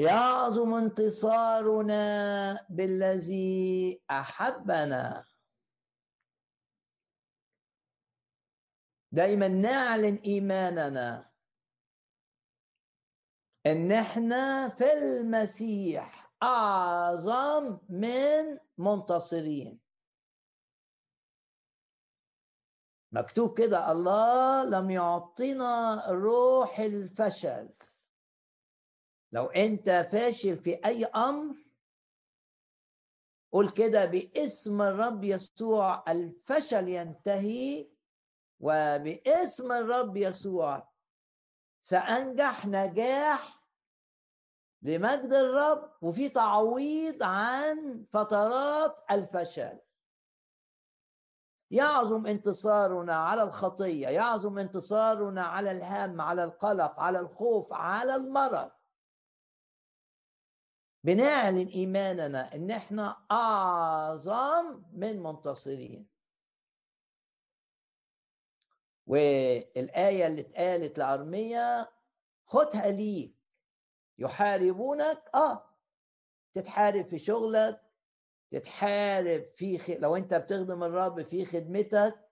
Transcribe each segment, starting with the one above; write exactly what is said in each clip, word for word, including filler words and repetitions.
يعظم انتصارنا بالذي أحبنا. دايما نعلن إيماننا إن احنا في المسيح أعظم من منتصرين. مكتوب كده: الله لم يعطينا روح الفشل. لو انت فاشل في اي امر قول كده: باسم الرب يسوع الفشل ينتهي، وباسم الرب يسوع سأنجح نجاح لمجد الرب، وفي تعويض عن فترات الفشل. يعظم انتصارنا على الخطية، يعظم انتصارنا على الهم، على القلق، على الخوف، على المرض. بنعلن إيماننا إن احنا أعظم من منتصرين. والآية اللي اتقالت لأرميا خدها ليك: يحاربونك، آه تتحارب في شغلك، تتحارب في خ... لو انت بتخدم الرب في خدمتك،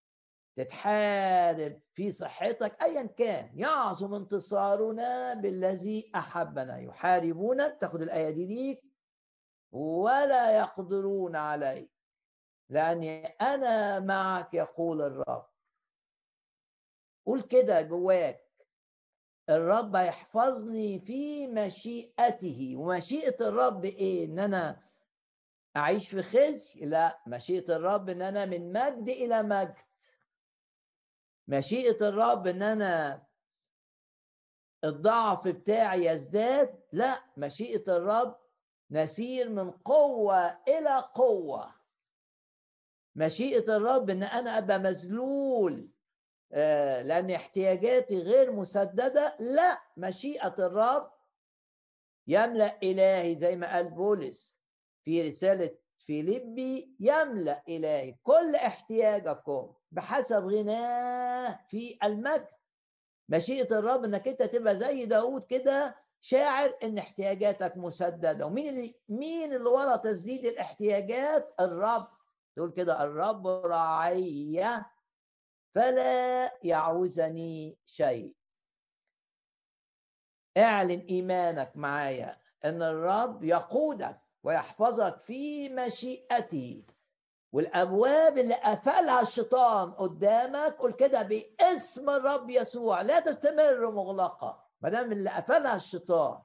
تتحارب في صحتك، ايا كان. يعظم انتصارنا بالذي احبنا. يحاربونك، تاخد الايه دي ليك: ولا يقدرون عليك لاني انا معك يقول الرب. قول كده جواك: الرب هيحفظني في مشيئته. ومشيئة الرب ايه؟ ان انا اعيش في خزي؟ لا، مشيئة الرب ان انا من مجد الى مجد. مشيئة الرب ان انا الضعف بتاعي يزداد؟ لا، مشيئة الرب نسير من قوة الى قوة. مشيئة الرب ان انا ابقى مذلول آه لان احتياجاتي غير مسددة. لا، مشيئة الرب يملأ إلهي، زي ما قال بولس في رسالة فيليبي: يملأ إلهي كل احتياجكم بحسب غناه في المجد. مشيئة الرب انك انت تبقى زي داود كده، شاعر ان احتياجاتك مسددة. ومين اللي مين اللي ورا تسديد الاحتياجات؟ الرب. تقول كده: الرب راعي فلا يعوزني شيء. اعلن ايمانك معايا ان الرب يقودك ويحفظك في مشيئته، والابواب اللي قفلها الشيطان قدامك قول كده: باسم الرب يسوع لا تستمر مغلقه. ما دام اللي قفلها الشيطان،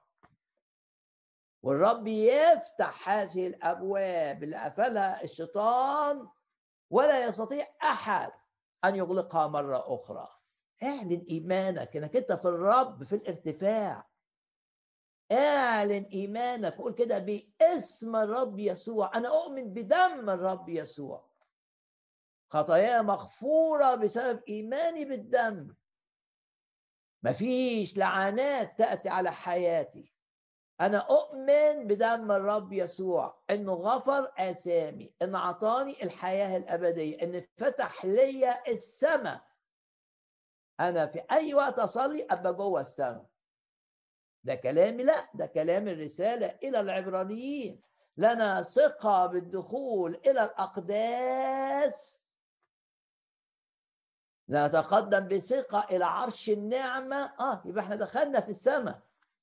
والرب يفتح هذه الابواب اللي قفلها الشيطان، ولا يستطيع احد ان يغلقها مره اخرى. اعلن ايمانك انك انت في الرب في الارتفاع. اعلن ايمانك، قول كده: باسم الرب يسوع انا اؤمن بدم الرب يسوع، خطاياي مغفوره بسبب ايماني بالدم. مفيش لعنات تاتي على حياتي. انا اؤمن بدم الرب يسوع انه غفر اثامي، ان اعطاني الحياه الابديه، ان فتح لي السماء. انا في اي وقت اصلي ابقى جوه السماء. ده كلامي؟ لا، ده كلام الرسالة إلى العبرانيين. لنا ثقة بالدخول إلى الأقداس، نتقدم بثقة إلى عرش النعمة. آه يبقى احنا دخلنا في السماء.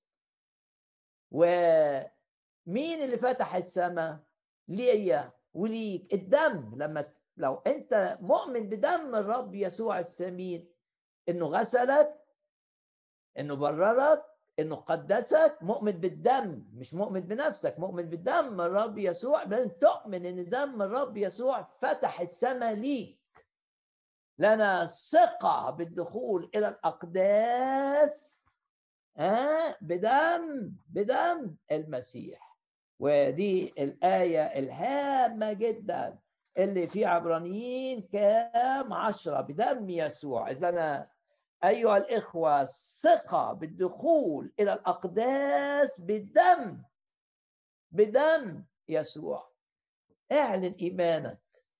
ومين اللي فتح السماء؟ ليا وليك الدم. لما لو أنت مؤمن بدم الرب يسوع الثمين، إنه غسلك، إنه بررك، انه قدسك، مؤمن بالدم، مش مؤمن بنفسك، مؤمن بالدم الرب يسوع. لازم تؤمن ان دم الرب يسوع فتح السماء ليك. لنا ثقة بالدخول الى الاقداس آه بدم بدم المسيح. ودي الآية الهامة جدا اللي في عبرانيين كام عشرة: بدم يسوع. إذا أنا أيها الإخوة ثقة بالدخول إلى الأقداس بدم بدم يسوع. اعلن إيمانك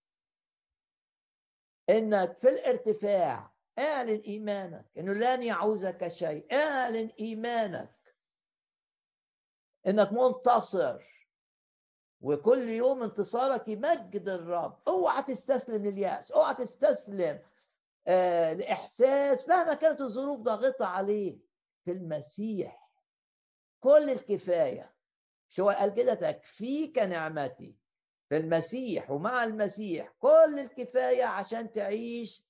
إنك في الارتفاع. اعلن إيمانك إنه لن يعوزك شيء. اعلن إيمانك انك منتصر، وكل يوم انتصارك يمجد الرب. اوعى تستسلم لليأس، اوعى تستسلم آه لإحساس مهما كانت الظروف ضاغطة عليه. في المسيح كل الكفاية. شو قال كده؟ تكفيك نعمتي. في المسيح ومع المسيح كل الكفاية عشان تعيش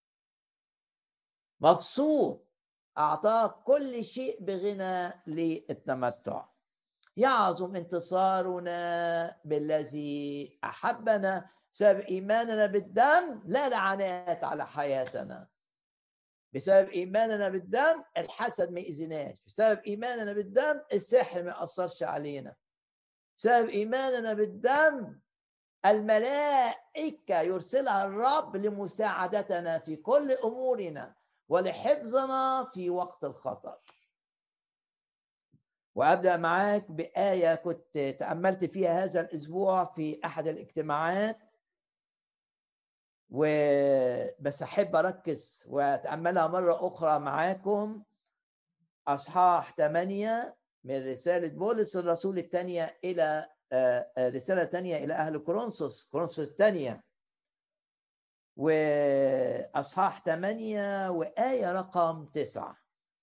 مبسوط. أعطاك كل شيء بغنى للتمتع. يعظم انتصارنا بالذي أحبنا بسبب إيماننا بالدم، لا لعنات على حياتنا. بسبب إيماننا بالدم الحسد ما يأذيناش، بسبب إيماننا بالدم السحر ما يأثرش علينا، بسبب إيماننا بالدم الملائكة يرسلها الرب لمساعدتنا في كل أمورنا ولحفظنا في وقت الخطر. وأبدأ معاك بآية كنت تأملت فيها هذا الأسبوع في أحد الاجتماعات، وبس أحب أركز وأتأملها مرة أخرى معاكم. أصحاح ثمانية من رسالة بولس الرسول الثانية إلى رسالة ثانية إلى أهل كورنثوس، كورنثوس الثانية، وأصحاح ثمانية وآية رقم تسعة.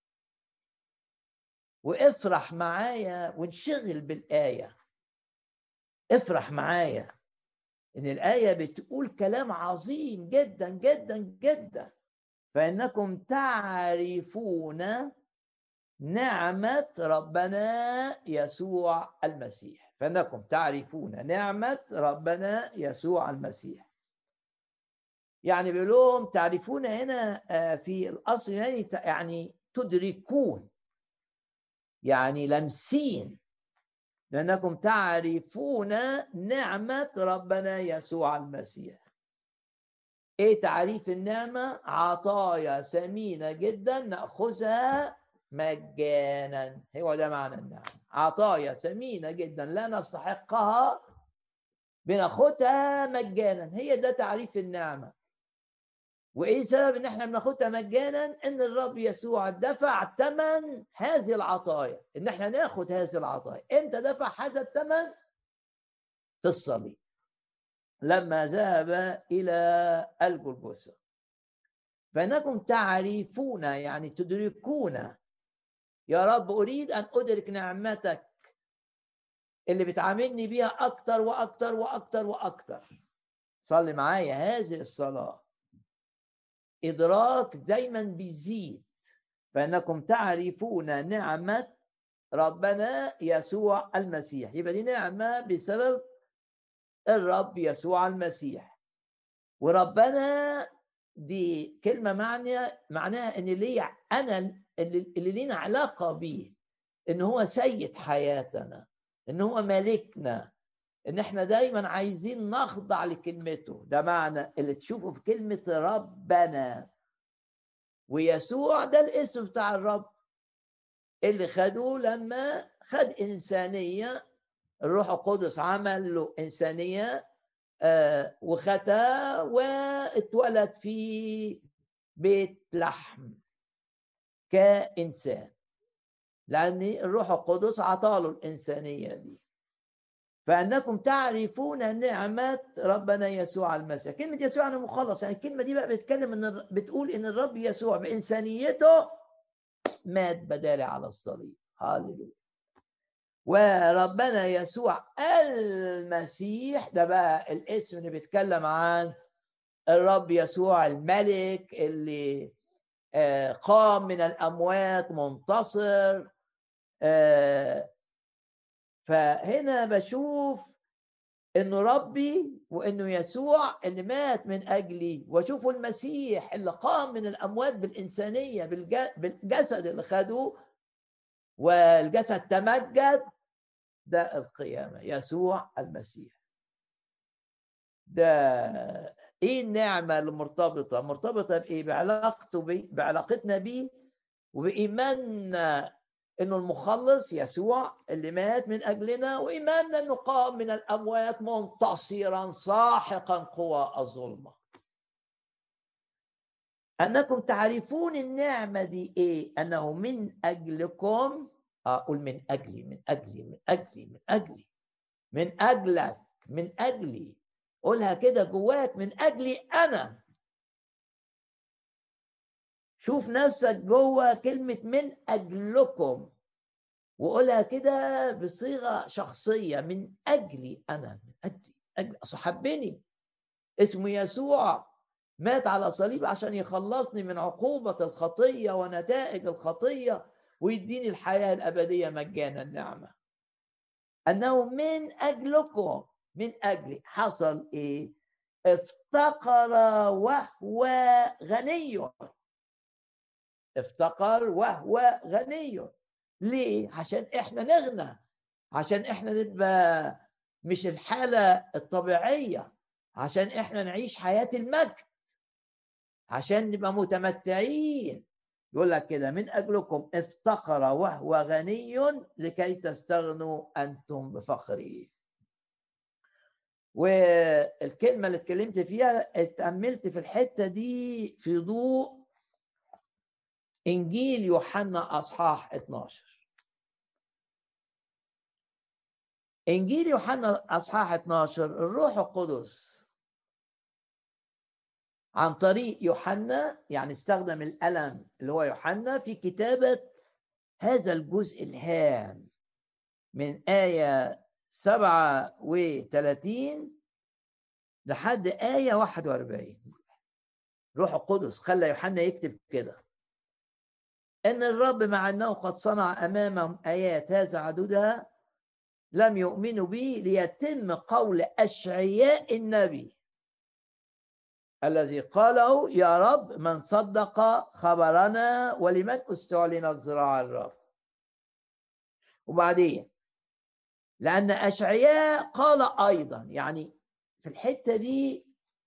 وافرح معايا وانشغل بالآية. افرح معايا إن الآية بتقول كلام عظيم جدا جدا جدا. فإنكم تعرفون نعمة ربنا يسوع المسيح. فإنكم تعرفون نعمة ربنا يسوع المسيح. يعني بيقول لهم تعرفون هنا في الأصل يعني يعني تدركون، يعني لمسين. لأنكم تعرفون نعمة ربنا يسوع المسيح. إيه تعريف النعمة؟ عطايا ثمينة جدا نأخذها مجانا. هو ده معنى النعمة، عطايا ثمينة جدا لا نستحقها بناخدها مجانا. هي ده تعريف النعمة. وإيه سبب إن إحنا بناخدها مجانا؟ إن الرب يسوع دفع ثمن هذه العطايا، إن إحنا ناخد هذه العطايا. إمتى دفع هذا الثمن؟ في الصليب، لما ذهب إلى الجلجثة. فإنكم تعرفون يعني تدركون. يا رب أريد أن أدرك نعمتك اللي بتعاملني بيها أكتر وأكتر وأكتر وأكتر. صلي معايا هذه الصلاة، إدراك دايما بيزيد. فإنكم تعرفون نعمة ربنا يسوع المسيح. يبقى دي نعمة بسبب الرب يسوع المسيح. وربنا دي كلمة معنى معناها إن لي أنا اللي, اللي لينا علاقة بيه، إن هو سيد حياتنا، إن هو مالكنا، إن إحنا دايما عايزين نخضع لكلمته. ده معنى اللي تشوفه في كلمة ربنا. ويسوع ده الاسم بتاع الرب اللي خدوه لما خد إنسانية. الروح القدس عمل له إنسانية آه وختى واتولد في بيت لحم كإنسان، لأن الروح القدس عطاله الإنسانية دي. فأنكم تعرفون نعمة ربنا يسوع المسيح. كلمة يسوع يعني مخلص. يعني الكلمة دي بقى بتتكلم إن بتقول إن الرب يسوع بإنسانيته مات بدالي على الصليب. هاللويا. وربنا يسوع المسيح ده بقى الاسم اللي بيتكلم عن الرب يسوع الملك اللي قام من الأموات منتصر. فهنا بشوف إنه ربي وإنه يسوع اللي مات من أجلي، وأشوفه المسيح اللي قام من الأموات بالإنسانية بالجسد اللي خدوه والجسد تمجد. ده القيامة يسوع المسيح. ده ايه النعمة المرتبطة مرتبطة بايه؟ بعلاقته بي بعلاقتنا بيه وبإيماننا انه المخلص يسوع اللي مات من اجلنا، وإيماننا انه قام من الاموات منتصرا ساحقا قوى الظلمة. انكم تعرفون النعمة دي ايه؟ انه من اجلكم اقول من اجلي من اجلي من اجلي من اجلي من اجلك من اجلي. قولها كده جواك، من اجلي انا. شوف نفسك جوه كلمة من اجلكم، وقولها كده بصيغة شخصية، من اجلي انا، من اجلي اجلي اصل حبني، اسمه يسوع، مات على صليب عشان يخلصني من عقوبة الخطية ونتائج الخطية ويديني الحياة الأبدية مجانا نعمة. أنه من أجلكم، من أجلي. حصل إيه؟ افتقر وهو غني. افتقر وهو غني. ليه؟ عشان إحنا نغنى، عشان إحنا نبقى مش الحالة الطبيعية، عشان إحنا نعيش حياة المجد، عشان نبقى متمتعين. يقول لك كده من أجلكم افتقر وهو غني لكي تستغنوا أنتم بفقره. والكلمة اللي اتكلمت فيها اتأملت في الحتة دي في ضوء إنجيل يوحنا أصحاح اتناشر. إنجيل يوحنا أصحاح اتناشر، الروح القدس عن طريق يوحنا، يعني استخدم القلم اللي هو يوحنا في كتابة هذا الجزء الهام من آية سبعة وثلاثين لحد آية واحد وأربعين. روح القدس خلى يوحنا يكتب كده: إن الرب مع أنه قد صنع أمامهم آيات هذا عددها لم يؤمنوا به، ليتم قول أشعياء النبي الذي قاله: يا رب من صدق خبرنا ولمن استعلنت ذراع الرب. وبعدين لأن أشعياء قال أيضا، يعني في الحتة دي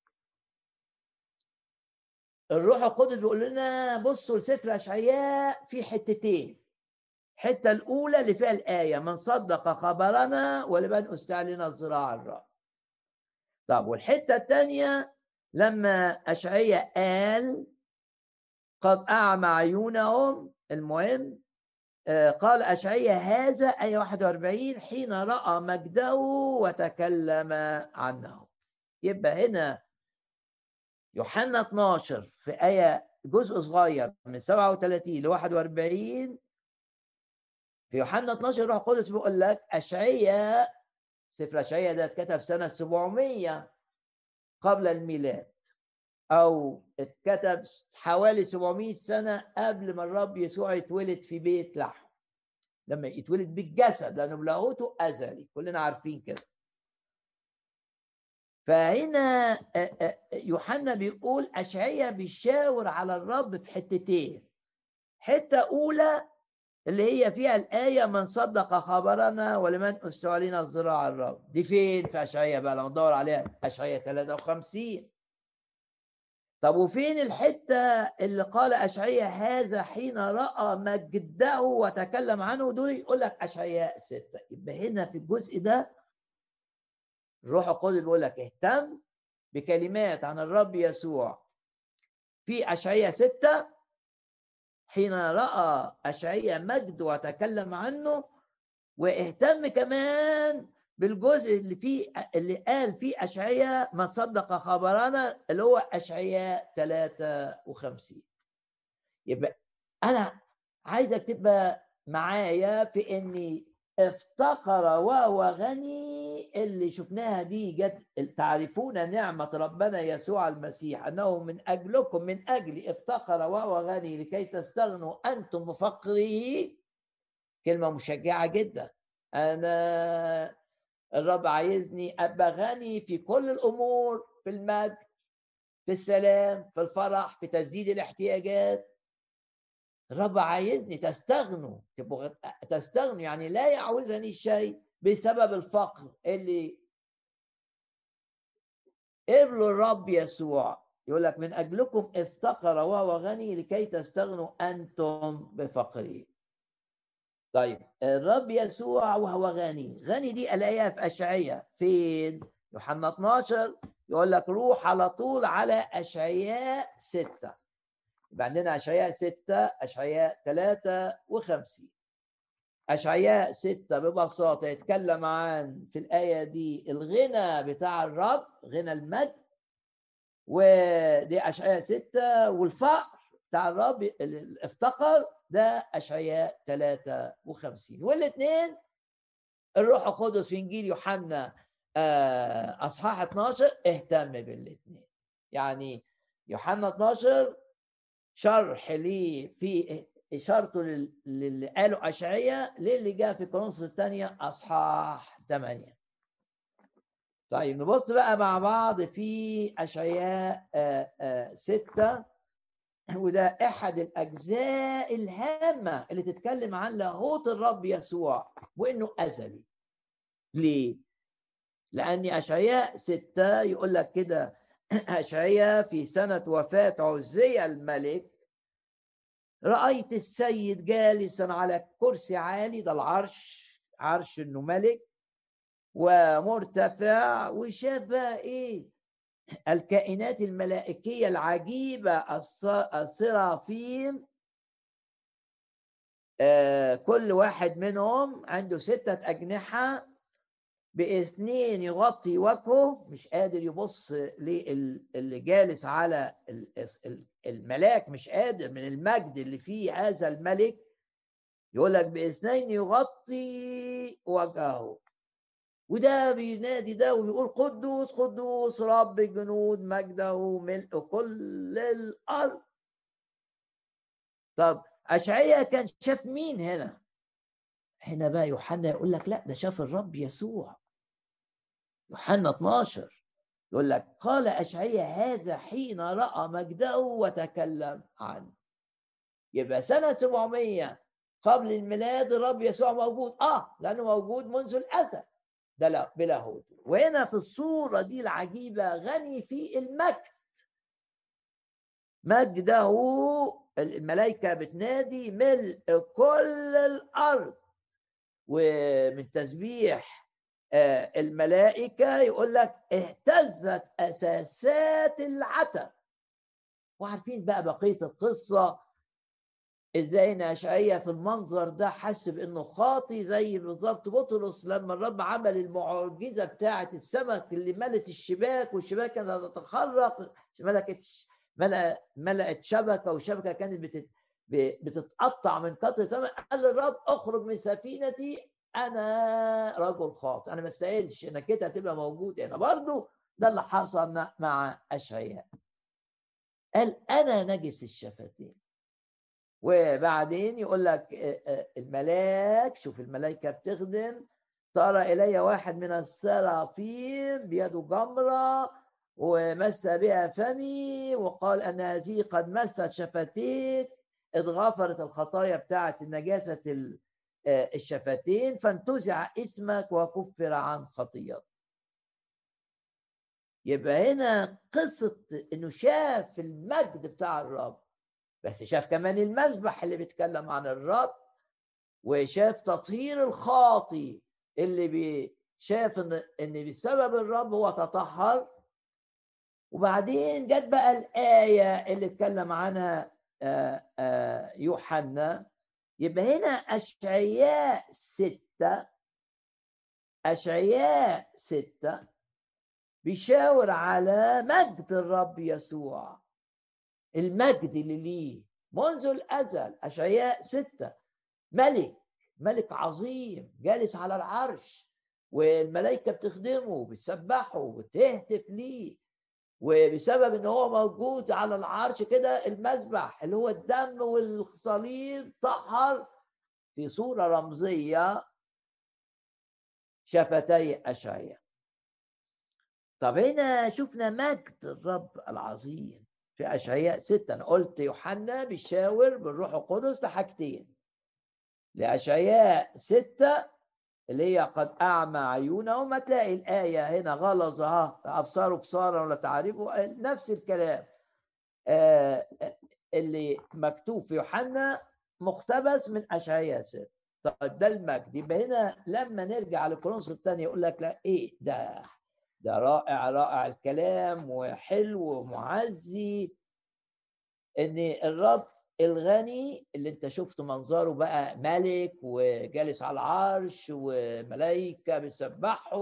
الروح القدس بيقول لنا بصوا لسفر أشعياء في حتتين. الحتة الأولى اللي فيها الآية: من صدق خبرنا ولمن استعلنت ذراع الرب. طب والحتة الثانية لما أشعياء قال قد أعمى عيونهم، المهم قال أشعياء هذا آية واحد وأربعين حين رأى مجده وتكلم عنه. يبقى هنا يوحنا اتناشر في آية جزء صغير من سبعة وثلاثين ل واحد وأربعين. في يوحنا اتناشر روح القدس بيقول لك أشعياء، سفر أشعياء ده اتكتب سنة سبعمية قبل الميلاد، أو اتكتب حوالي سبعمية سنة قبل ما الرب يسوع يتولد في بيت لحم، لما يتولد بالجسد، لأنه بلاهوته أزلي، كلنا عارفين كده. فهنا يوحنا بيقول أشعياء بيشاور على الرب في حتتين. حتة أولى اللي هي فيها الآية: من صدق خبرنا ولمن استعلن ذراع الرب. دي فين في أشعياء بقى لما ندور عليها؟ أشعياء ثلاثة وخمسين. طب وفين الحتة اللي قال أشعياء هذا حين رأى مجده وتكلم عنه؟ دول يقول لك أشعياء ستة. يبقى هنا في الجزء ده الروح القدس بيقول لك اهتم بكلمات عن الرب يسوع في أشعياء ستة حين رأى أشعياء مجد وتكلم عنه، واهتم كمان بالجزء اللي فيه اللي قال فيه أشعياء من صدق خبرنا، اللي هو أشعياء ثلاثة وخمسين. يبقى أنا عايزك تبقى معايا في إني افتقر وهو غني اللي شفناها دي جت. تعرفون نعمة ربنا يسوع المسيح أنه من أجلكم، من أجلي افتقر وهو غني لكي تستغنوا أنتم بفقره. كلمة مشجعة جدا. أنا الرب عايزني أبقى غني في كل الأمور، في المجد، في السلام، في الفرح، في تسديد الاحتياجات. الرب عايزني تستغنوا، تبقوا تستغنوا، يعني لا يعوزني الشيء بسبب الفقر اللي قبلوا الرب يسوع. يقول لك من أجلكم افتقر وهو غني لكي تستغنوا أنتم بفقره. طيب الرب يسوع وهو غني، غني دي الاقيها في اشعياء فين؟ يوحنا اتناشر. يقول لك روح على طول على اشعياء ستة. يبقى عندنا اشعياء ستة، اشعياء ثلاثة وخمسين. أشعياء ستة ببساطة يتكلم عن في الآية دي الغنى بتاع الرب، غنى المجد، ودي أشعياء ستة، والفقر بتاع الرب اللي افتقر ده أشعياء ثلاثة وخمسين. والاثنين الروح القدس في إنجيل يوحنا أصحاح اتناشر اهتم بالاثنين. يعني يوحنا اتناشر شرح لي في اشارته للي قاله اشعياء للي جاء في كورنثوس الثانيه اصحاح ثمانية. طيب نبص بقى مع بعض في اشعياء ستة، وده احد الاجزاء الهامه اللي تتكلم عن لاهوت الرب يسوع وانه ازلي. ليه؟ لان اشعياء ستة يقول لك كده اشعياء في سنه وفاه عزيا الملك رأيت السيد جالسا على كرسي عالي، ده العرش، عرش انه ملك ومرتفع، وشاف بقى ايه الكائنات الملائكية العجيبة الصرافين، آه كل واحد منهم عنده ستة أجنحة، باثنين يغطي وجهه، مش قادر يبص للي جالس على الملاك، مش قادر من المجد اللي فيه هذا الملك. يقول لك باثنين يغطي وجهه، وده بينادي ده وبيقول قدوس قدوس رب الجنود مجده ملء كل الارض. طب اشعياء كان شاف مين هنا؟ هنا بقى يوحنا يقول لك لا، ده شاف الرب يسوع. يوحنا اتناشر يقول لك قال اشعياء هذا حين راى مجده وتكلم عنه. يبقى سنه سبعمية قبل الميلاد الرب يسوع موجود، اه لانه موجود منذ الازل، ده بلاهوته. وهنا في الصوره دي العجيبه غني في المجد، مجده الملائكه بتنادي ملء كل الارض. ومن تسبيح الملائكه يقول لك اهتزت اساسات العتب. وعارفين بقى بقيه القصه ازاي ان اشعياء في المنظر ده حس بانه خاطي، زي بالظبط بطرس لما الرب عمل المعجزه بتاعه السمك اللي ملت الشباك والشباك كانت تتخرق، ملكت ملأت ملأت شبكه والشبكه كانت بتت بتتقطع من كتر السمك. قال للرب اخرج من سفينتي انا رجل خاطئ، انا ما استاهلش انك انت هتبقى موجود هنا. برضه ده اللي حصل مع اشعياء، قال انا نجس الشفتين. وبعدين يقول لك الملاك، شوف الملائكه بتخدم، ترى الي واحد من السرافين بيده جمره ومس بها فمي وقال ان هذه قد مست شفتيك، اذ غفرت الخطايا بتاعه النجاسه الشفتين فانتزع اسمك وكفر عن خطيئتك. يبقى هنا قصه انه شاف المجد بتاع الرب، بس شاف كمان المذبح اللي بيتكلم عن الرب، وشاف تطهير الخاطي اللي شاف ان ان بسبب الرب هو تطهر. وبعدين جت بقى الآية اللي اتكلم عنها يوحنا. يبقى هنا أشعياء ستة، أشعياء ستة بيشاور على مجد الرب يسوع، المجد اللي ليه منذ الأزل. أشعياء ستة ملك، ملك عظيم جالس على العرش، والملائكة بتخدمه بتسبحه وتهتف ليه، وبسبب ان هو موجود على العرش كده المذبح اللي هو الدم والصليب طهر في صورة رمزية شفتي أشعياء. طب هنا شفنا مجد الرب العظيم في أشعياء ستة. أنا قلت يوحنا بيشاور بالروح القدس لحاجتين، لأشعياء ستة اللي هي قد أعمى عيونهم، هتلاقي الآية هنا غلظها أبصاروا بصارا ولا تعرفوا، نفس الكلام آه اللي مكتوب في يوحنا مقتبس من أشعياء ستة. طيب ده المجد. يبقى هنا لما نرجع لكورنثوس الثانية يقول لك لا إيه ده، ده رائع رائع الكلام وحلو ومعزي ان الرب الغني اللي انت شفت منظره بقى ملك وجالس على العرش وملائكة بيسبحوا،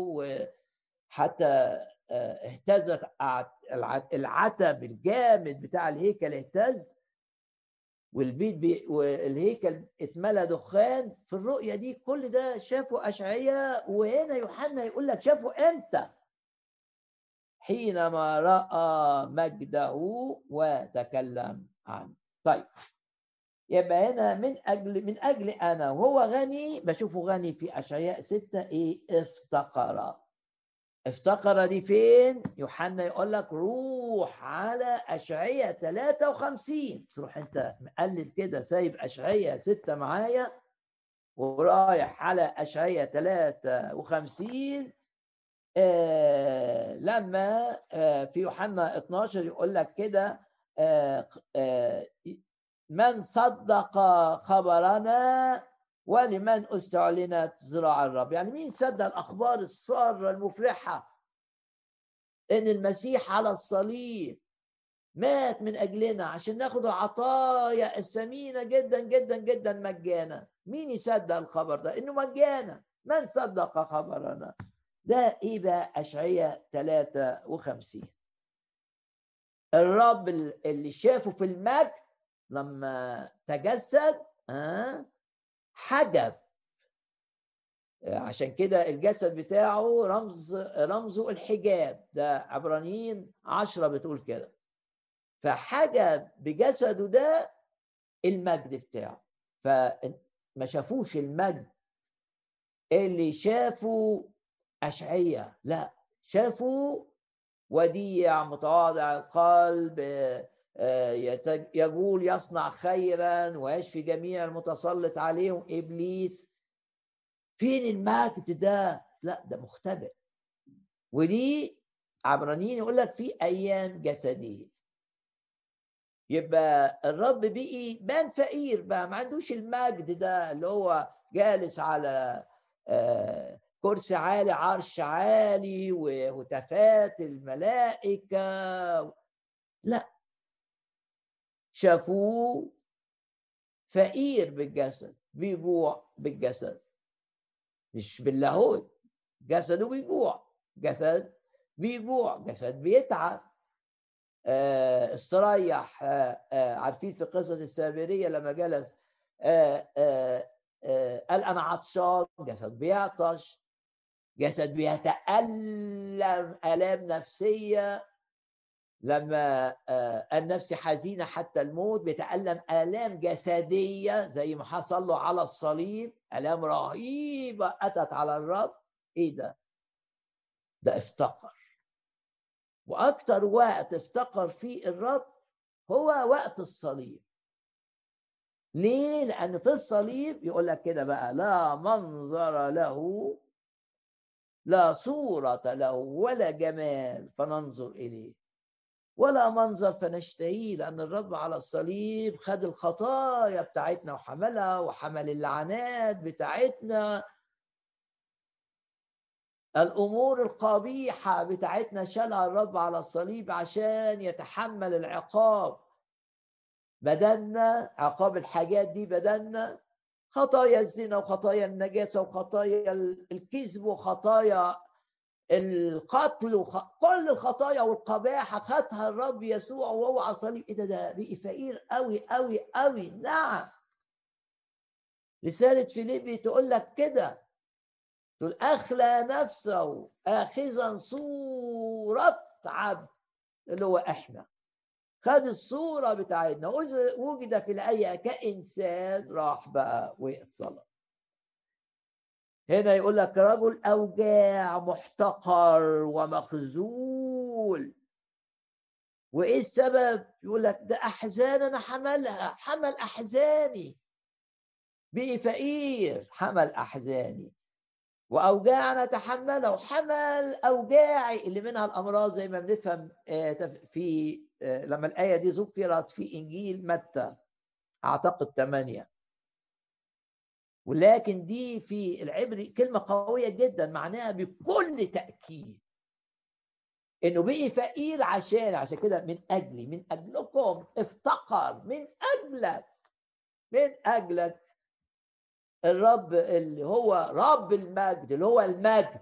وحتى اهتزت العتب الجامد بتاع الهيكل اهتز، والبيت بي والهيكل اتملى دخان. في الرؤية دي كل ده شافوا أشعياء، وهنا يوحنا يقول لك شافوا امتى؟ حينما رأى مجده وتكلم عنه. طيب يبقى هنا من أجل من أجل أنا وهو غني، بشوفه غني في أشعياء ستة إيه؟ افتقر. افتقر دي فين؟ يوحنا يقول لك روح على أشعياء ثلاثة وخمسين، تروح أنت مقلل كده سايب أشعياء ستة معايا ورايح على أشعياء ثلاثة وخمسين. آه لما آه في يوحنا اثناشر يقول لك كده آه آه من صدق خبرنا ولمن استعلنت ذراع الرب. يعني مين صدق الأخبار السارة المفرحة إن المسيح على الصليب مات من أجلنا عشان ناخد العطايا الثمينة جدا جدا جدا مجانا؟ مين يصدق الخبر ده إنه مجانا؟ من صدق خبرنا؟ ده إيه بقى؟ أشعياء ثلاثة وخمسين. الرب اللي شافه في المجد لما تجسد آه حجب. عشان كده الجسد بتاعه رمز رمزه الحجاب، ده عبرانيين عشرة بتقول كده. فحجب بجسده ده المجد بتاعه، فما شافوش المجد اللي شافوا أشعياء، لا، شافوا وديع متواضع القلب يقول يصنع خيرا ويشفي جميع المتسلط عليهم إبليس. فين المجد ده؟ لا، ده مختبئ. ودي عبرانيين يقول لك في أيام جسدية. يبقى الرب بقي بان فقير بقى، ما عندوش المجد ده اللي هو جالس على كرسي عالي، عرش عالي، وهتافات الملائكة. لا، شافوه فقير بالجسد، بيجوع بالجسد، مش باللاهوت. جسده بيجوع، جسد بيجوع، جسد بيتعب. آه استريح. آه آه عارفين في قصة السامرية لما جلس آه آه آه قال أنا عطشان، جسد بيعطش، جسد بيتألم آلام نفسية. لما آه النفس حزينة حتى الموت، بيتألم آلام جسدية زي ما حصل له على الصليب، آلام رهيبة أتت على الرب. إيه ده؟ ده افتقر. وأكتر وقت افتقر فيه الرب هو وقت الصليب. ليه؟ لأن في الصليب يقول لك كده بقى لا منظر له، لا صورة له ولا جمال فننظر إليه، ولا منظر فنشتهيه. لأن الرب على الصليب خد الخطايا بتاعتنا وحملها، وحمل اللعنات بتاعتنا، الأمور القبيحة بتاعتنا شالها الرب على الصليب عشان يتحمل العقاب بدلنا. عقاب الحاجات دي بدلنا، خطايا الزنا وخطايا النجاسة وخطايا الكذب وخطايا القتل وخ... كل الخطايا والقباحة خدها الرب يسوع وهو على الصليب. ايه ده؟ ده بقي فقير قوي قوي قوي. نعم، رسالة فيليبي تقول لك كده، تقول أخلى نفسه آخذا صورة عبد، اللي هو احنا. خد الصورة بتاعتنا، وجد في الآية كإنسان، راح بقى واتصلب. هنا يقول لك رجل أوجاع، محتقر ومخذول. وإيه السبب؟ يقول لك ده أحزان أنا حملها، حمل أحزاني، بقي فقير، حمل أحزاني. وأوجاع أنا أتحملها، وحمل أوجاعي اللي منها الأمراض، زي ما بنفهم في لما الآية دي ذكرت في إنجيل متى أعتقد ثمانية. ولكن دي في العبري كلمة قوية جدا، معناها بكل تأكيد انه بقي فقير عشان عشان كده من اجلي من اجلكم افتقر، من اجلك من اجلك. الرب اللي هو رب المجد، اللي هو المجد،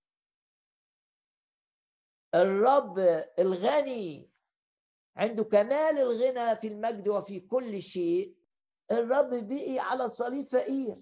الرب الغني عنده كمال الغنى في المجد وفي كل شيء، الرب بقي على الصليب فقير،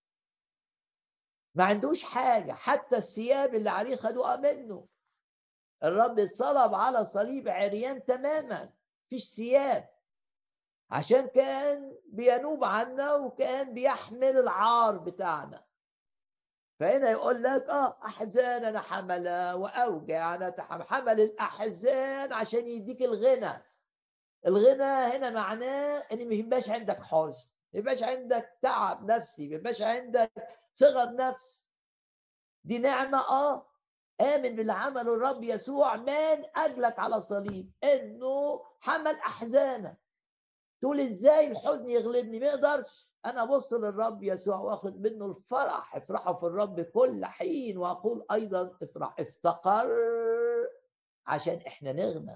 ما عندوش حاجة، حتى الثياب اللي عليه خدوها منه. الرب اتصلب على الصليب عريان تماما، مفيش ثياب، عشان كان بينوب عنا وكان بيحمل العار بتاعنا. فهنا يقول لك اه احزاننا حمل واوجعنا تحمل، حمل الاحزان عشان يديك الغنى. الغنى هنا معناه ان ما يبقاش عندك حزن، ما يبقاش عندك تعب نفسي، ما يبقاش عندك صغر نفس. دي نعمه. اه آمن باللي عمله الرب يسوع من أجلك على الصليب، إنه حمل أحزانك. تقول إزاي الحزن يغلبني؟ ما يقدرش. أنا أبص للرب يسوع وآخد منه الفرح. افرحوا في الرب كل حين، وأقول أيضا افرح. افتقر عشان إحنا نغنى،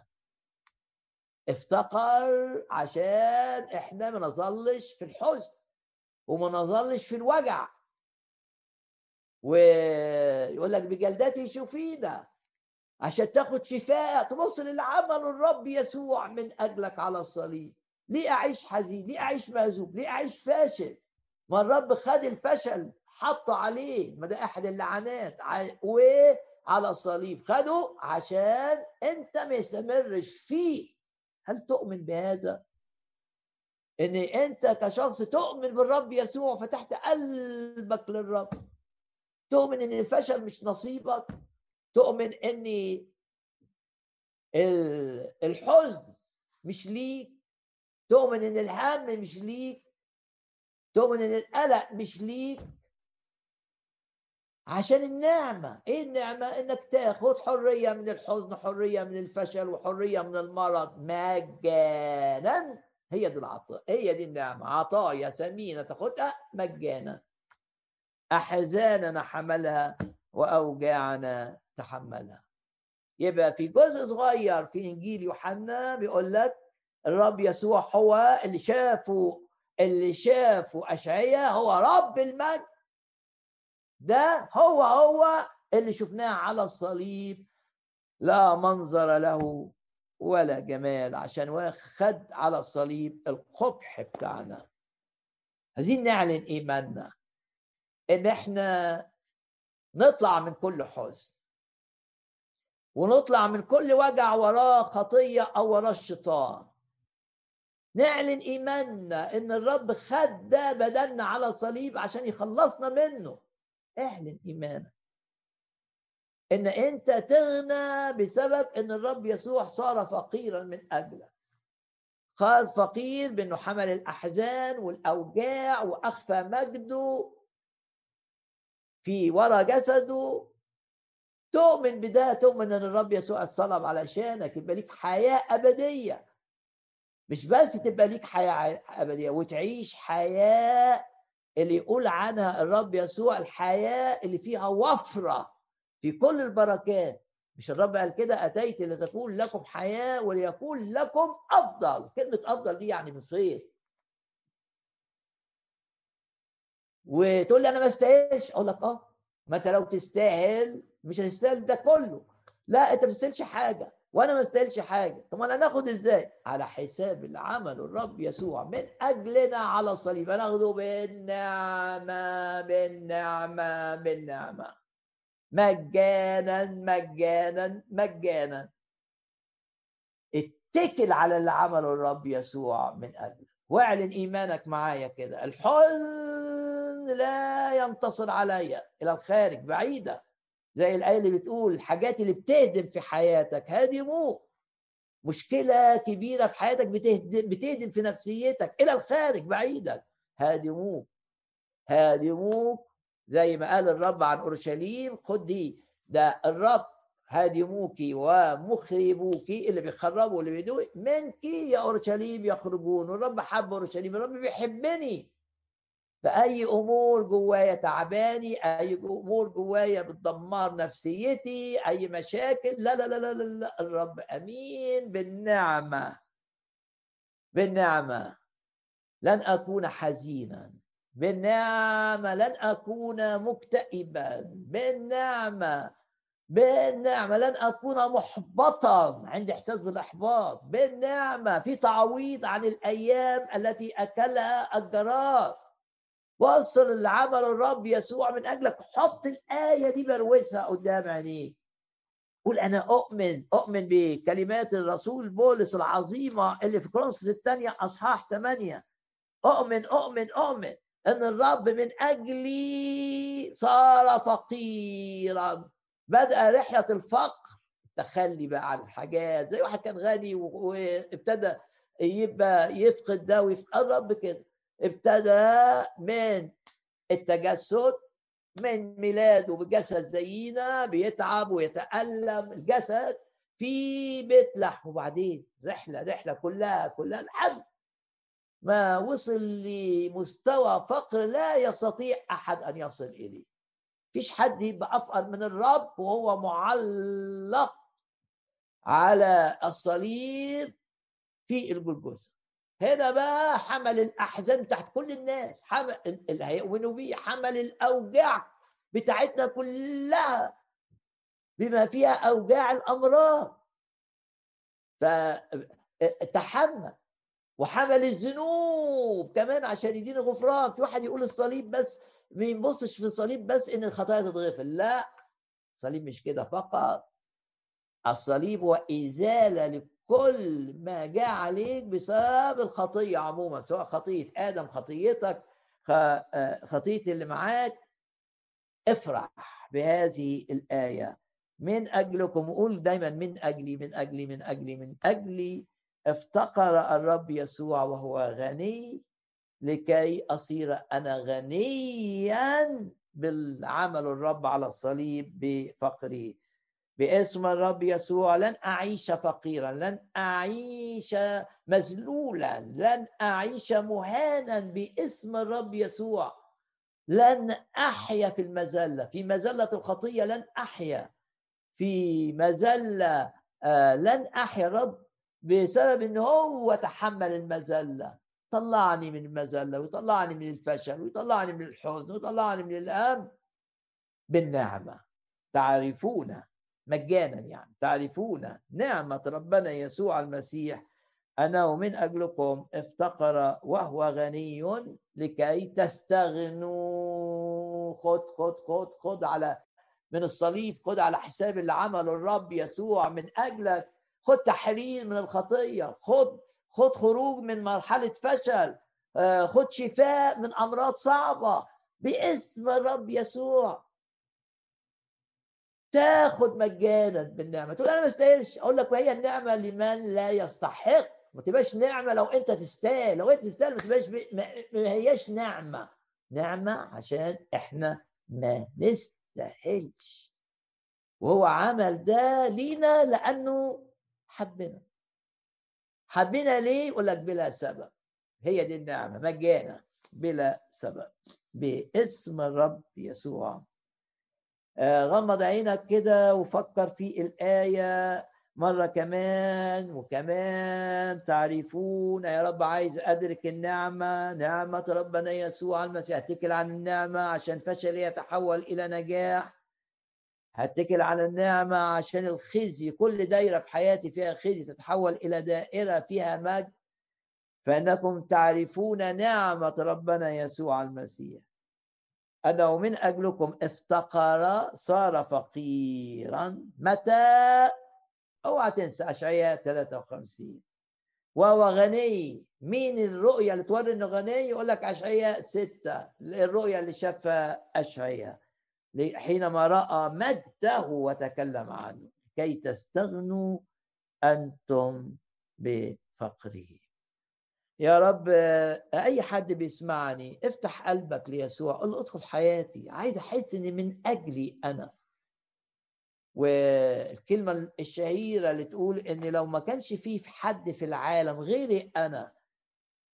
افتقر عشان إحنا ما نظلش في الحزن وما نظلش في الوجع. ويقول لك بجلدته شفينا، عشان تاخد شفاء. تبص للي عمله الرب يسوع من أجلك على الصليب. ليه أعيش حزين؟ ليه أعيش مهزوم؟ ليه أعيش فاشل؟ ما الرب خد الفشل حطه عليه، ما ده أحد اللعنات، وعلى الصليب خده عشان أنت ما يستمرش فيه. هل تؤمن بهذا؟ إن أنت كشخص تؤمن بالرب يسوع، فتحت قلبك للرب، تؤمن إن الفشل مش نصيبك، تؤمن إن الحزن مش ليك، تؤمن ان الهم مش ليك، تؤمن ان القلق مش ليك. عشان النعمة. ايه النعمة؟ انك تاخد حرية من الحزن، حرية من الفشل، وحرية من المرض مجانا. هي دي العطاء، هي دي النعمة، عطايا ثمينة تاخدها مجانا. احزاننا حملها واوجاعنا تحملها. يبقى في جزء صغير في انجيل يوحنا بيقول لك الرب يسوع هو اللي شافه اللي شافه اشعياء، هو رب المجد. ده هو هو اللي شفناه على الصليب، لا منظر له ولا جمال، عشان واخد على الصليب القبح بتاعنا. عايزين نعلن ايماننا ان احنا نطلع من كل حزن، ونطلع من كل وجع وراه خطية أو وراه الشيطان. نعلن إيماننا إن الرب خد ده بدلنا على الصليب عشان يخلصنا منه. اعلن إيمانك إن أنت تغنى بسبب إن الرب يسوع صار فقيرا من أجلك. خاذ فقير بأنه حمل الأحزان والأوجاع وأخفى مجده في وراء جسده. تؤمن بده، تؤمن ان الرب يسوع اتصلب علشانك، يبقى ليك حياه ابديه. مش بس تبقى ليك حياه ابديه وتعيش حياه اللي يقول عنها الرب يسوع الحياه اللي فيها وفره في كل البركات. مش الرب قال كده؟ اتيت لتكون لكم حياه وليكون لكم افضل. كلمه افضل دي يعني من خير. وتقول لي انا ما استاهلش، اقول لك اه ما انت لو تستاهل مش هتستاهل ده كله. لا، انت ما تستاهلش حاجه وانا ما استاهلش حاجه. طب انا ناخد ازاي؟ على حساب اللي عمله الرب يسوع من اجلنا على الصليب. هناخده بالنعمه بالنعمه بالنعمه، مجانا مجانا مجانا. اتكل على اللي عمله الرب يسوع من اجلك، واعلن ايمانك معايا كده. الحزن لا ينتصر عليا، الى الخارج بعيده. زي الآية اللي بتقول الحاجات اللي بتهدم في حياتك هدموه. مشكلة كبيرة في حياتك بتهدم, بتهدم في نفسيتك، إلى الخارج بعيدا. هادموك هادموك زي ما قال الرب عن أورشليم. خد دي، ده الرب هادموك ومخربوك، اللي بيخربوا واللي بيدوي منك يا أورشليم يخرجون. الرب حب أورشليم، الرب بيحبني. فأي أمور جوايا تعباني، أي أمور جوايا بتدمر نفسيتي، أي مشاكل، لا لا لا لا لا, لا. الرب أمين بالنعمة، بالنعمة لن أكون حزينا، بالنعمة لن أكون مكتئبا، بالنعمة بالنعمة لن أكون محبطا، عندي إحساس بالإحباط، بالنعمة في تعويض عن الأيام التي أكلها الجراد. وصل اللي عمل الرب يسوع من أجلك، حط الآية دي بروسها قدام عينيك، قول أنا أؤمن أؤمن بكلمات الرسول بولس العظيمة اللي في كورنثوس الثانية أصحاح ثمانية، أؤمن أؤمن أؤمن أن الرب من أجلي صار فقيرا. بدأ رحلة الفقر، التخلي بقى عن الحاجات، زي واحد كان غني وابتدى يبقى يفقد ده ويفقد. الرب كده ابتدى من التجسد، من ميلاده بجسد زينا بيتعب ويتألم الجسد في بيت لحم، وبعدين رحلة رحلة كلها كلها لحد ما وصل لمستوى فقر لا يستطيع أحد أن يصل إليه. فيش حد يبقى أفقر من الرب وهو معلق على الصليب في الجلجثة. هنا بقى حمل الأحزان تحت كل الناس، حمل اللي هيؤمنوا بيه، حمل الأوجاع بتاعتنا كلها بما فيها أوجاع الأمراض، فتحمل وحمل الذنوب كمان عشان يدينا غفران. في واحد يقول الصليب بس، ما يبصش في الصليب بس ان الخطايا تتغفر، لا، الصليب مش كده فقط. الصليب هو ازاله لكل ما جاء عليك بسبب الخطيه عموما، سواء خطيه ادم، خطيتك، خطيه اللي معاك. افرح بهذه الايه، من اجلكم، قول دايما من اجلي من اجلي من اجلي من اجلي افتقر الرب يسوع وهو غني لكي أصير أنا غنيا بالعمل الرب على الصليب بفقري. باسم الرب يسوع لن أعيش فقيرا، لن أعيش مذلولا، لن أعيش مهانا باسم الرب يسوع. لن أحيا في المذلة، في مذلة الخطية لن أحيا، في مذلة آه لن أحيا. رب بسبب أنه هو تحمل المذلة، طلعني من المذلة ويطلعني من الفشل ويطلعني من الحزن ويطلعني من الألم بالنعمة. تعرفون مجانا، يعني تعرفون نعمة ربنا يسوع المسيح أنه من أجلكم افتقر وهو غني لكي تستغنوا. خد خد خد خد على من الصليب، خد على حساب اللي عمله الرب يسوع من أجلك، خد تحرير من الخطية، خد خد خروج من مرحلة فشل، خد شفاء من أمراض صعبة باسم الرب يسوع. تاخد مجانا بالنعمة. تقول أنا ما استاهلش، أقول لك وهي النعمة لمن لا يستحق. ما تبقاش نعمة لو أنت تستاهل، لو أنت تستاهل ما تبقاش، ما هياش نعمة. نعمة عشان إحنا ما نستاهلش، وهو عمل ده لينا لأنه حبنا. حبنا ليه؟ يقول لك بلا سبب. هي دي النعمة، مجانا بلا سبب باسم الرب يسوع. آه غمض عينك كده وفكر في الآية مرة كمان وكمان. تعرفون يا رب، عايز أدرك النعمة، نعمة ربنا يسوع المسيح. اتكل عن النعمة عشان فشل يتحول إلى نجاح، هتكل على النعمة عشان الخزي، كل دايرة في حياتي فيها خزي تتحول إلى دائرة فيها مجد. فإنكم تعرفون نعمة ربنا يسوع المسيح أنه من أجلكم افتقر صار فقيرا. متى؟ اوعى تنسى أشعياء ثلاثة وخمسين. وهو غني. مين الرؤية اللي توري انه غني؟ يقول لك أشعياء ستة، الرؤية اللي شافها أشعياء حينما رأى مجده وتكلم عنه، كي تستغنوا أنتم بفقره. يا رب أي حد بيسمعني افتح قلبك ليسوع، قل له ادخل حياتي، عايز أحس إن من أجلي أنا. والكلمة الشهيرة اللي تقول إن لو ما كانش فيه حد في العالم غيري أنا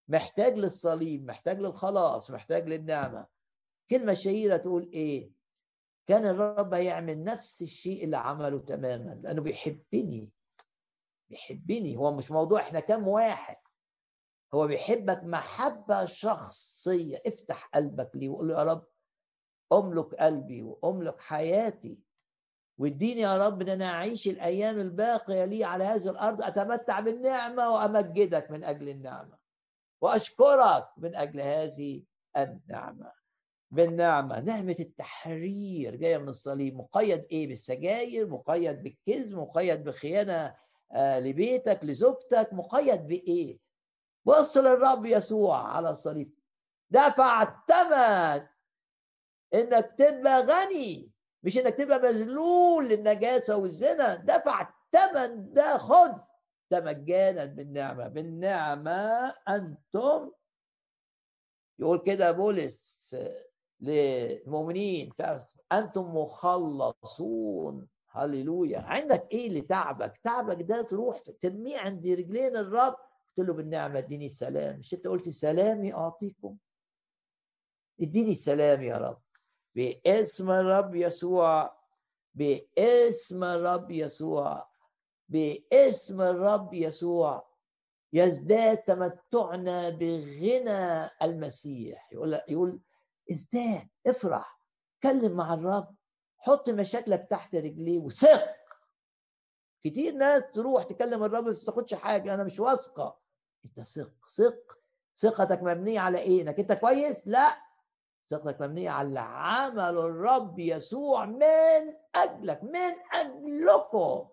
محتاج للصليب، محتاج للخلاص، محتاج للنعمة. كلمة شهيرة تقول إيه؟ كان الرب يعمل نفس الشيء اللي عمله تماما، لأنه بيحبني. بيحبني. هو مش موضوع إحنا كام واحد، هو بيحبك محبة شخصية. افتح قلبك ليه وقول له يا رب أملك قلبي وأملك حياتي، واديني يا رب ان انا اعيش الايام الباقيه لي على هذه الارض اتمتع بالنعمه وامجدك من اجل النعمه واشكرك من اجل هذه النعمه. بالنعمه، نعمه التحرير جايه من الصليب. مقيد ايه؟ بالسجاير، مقيد بالكذب، مقيد بخيانه آه لبيتك لزوجتك، مقيد بايه؟ بص للرب يسوع على الصليب، دفع الثمن انك تبقى غني، مش انك تبقى مذلول للنجاسه والزنا. دفع الثمن ده، خد ده مجانا بالنعمه. بالنعمه انتم، يقول كده بولس للمؤمنين، انتم مخلصون. هللويا. عندك ايه لتعبك؟ تعبك ده تروح ترميه عند رجلين الرب، قلت له بالنعمه اديني سلام. مش انت قلت سلامي اعطيكم؟ اديني السلام يا رب باسم الرب يسوع، باسم الرب يسوع، باسم الرب يسوع. يزداد تمتعنا بغنى المسيح. يقول يقول ازداد، افرح، كلم مع الرب، حط مشاكلك تحت رجليه وثق. كتير ناس تروح تكلم الرب بس ما تاخدش حاجه، انا مش واثقه. انت ثق، ثق. ثقتك مبنيه على ايه؟ انك انت كويس؟ لا، ثقتك مبنيه على عمل الرب يسوع من اجلك، من اجلكم.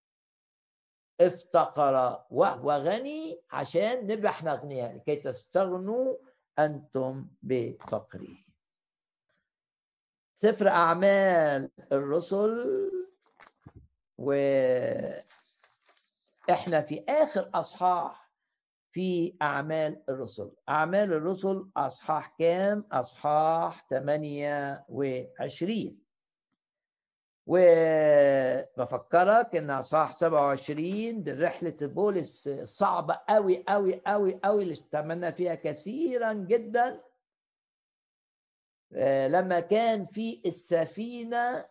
افتقر وهو غني عشان نبقى احنا اغنياء، لكي تستغنوا انتم بفقره. سفر اعمال الرسل، واحنا في اخر اصحاح في اعمال الرسل. اعمال الرسل اصحاح كام؟ اصحاح ثمانية وعشرين. وبفكرك ان اصحاح سبعة وعشرين دي رحله بولس صعبه قوي قوي قوي قوي، اللي اتمنى فيها كثيرا جدا. لما كان في السفينه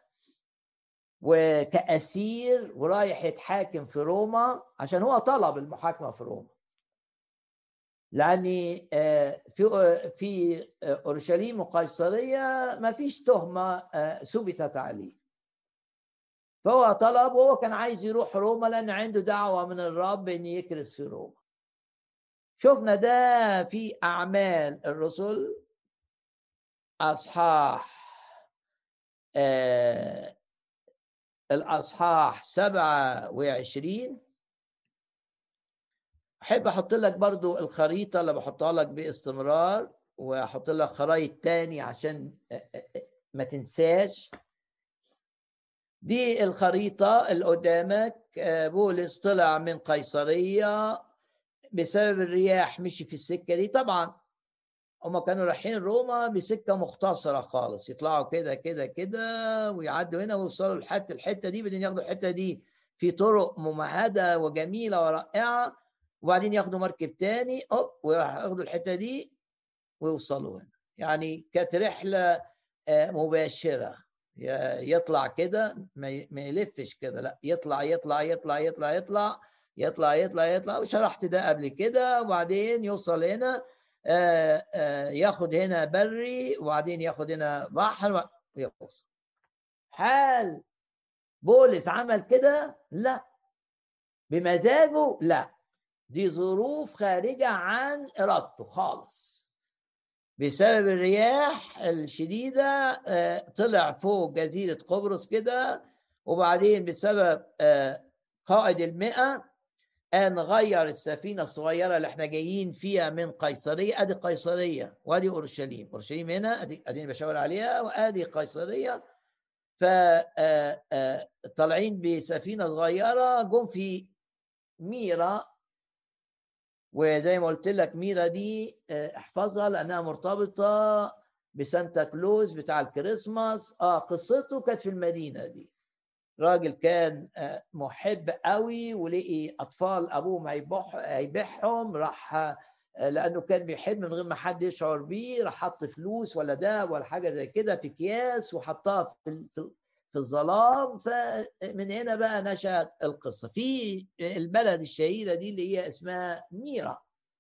وكأسير ورايح يتحاكم في روما، عشان هو طلب المحاكمه في روما، لأن في في اورشليم وقيصريه ما فيش تهمه ثبتت عليه. فهو طلب، وهو كان عايز يروح روما لأن عنده دعوة من الرب إن يكرس في روما. شفنا ده في أعمال الرسل أصحاح آه الأصحاح سبعة وعشرين. أحب أحط لك برضو الخريطة اللي بحطها لك باستمرار، وأحط لك خرائط تاني عشان ما تنساش. دي الخريطة اللي قدامك. بولس طلع من قيصرية بسبب الرياح، مشي في السكة دي. طبعا هما كانوا رايحين روما بسكة مختصرة خالص، يطلعوا كده كده كده ويعدوا هنا ويوصلوا لحد الحتة دي، بعدين ياخدوا الحتة دي في طرق ممهدة وجميلة ورائعة، وبعدين ياخدوا مركب تاني أوب وياخدوا الحتة دي ويوصلوا هنا. يعني كانت رحلة مباشرة، يطلع كده ما يلفش كده، لا، يطلع يطلع يطلع يطلع يطلع يطلع يطلع يطلع. وشرحت ده قبل كده. وبعدين يوصل هنا، آآ آآ ياخد هنا بري، وبعدين ياخد هنا بحر ويوصل. هل بولس عمل كده؟ لا. بمزاجه؟ لا. دي ظروف خارجة عن إرادته خالص. بسبب الرياح الشديدة طلع فوق جزيرة قبرص كده، وبعدين بسبب قائد المئة أن غير السفينة الصغيرة اللي احنا جايين فيها من قيصرية. أدي قيصرية وأدي أورشليم. أورشليم هنا أدي أدي بشاور عليها، وأدي قيصرية. فطالعين بسفينة صغيرة، جم في ميرا. وزي ما قلت لك ميرا دي احفظها لأنها مرتبطة بسانتا كلوز بتاع الكريسماس. اه قصته كانت في المدينة دي. راجل كان محب قوي، ولقي اطفال ابوهم هيبيعهم، راح لانه كان بيحب من غير ما حد يشعر بيه، راح حط فلوس ولا دهب ولا حاجه زي كده في اكياس وحطها في في الظلام. فمن هنا بقى نشأت القصه في البلد الشهيره دي اللي هي اسمها ميرا.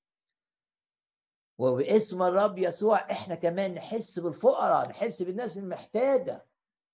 وباسم الرب يسوع احنا كمان نحس بالفقراء، نحس بالناس المحتاجه.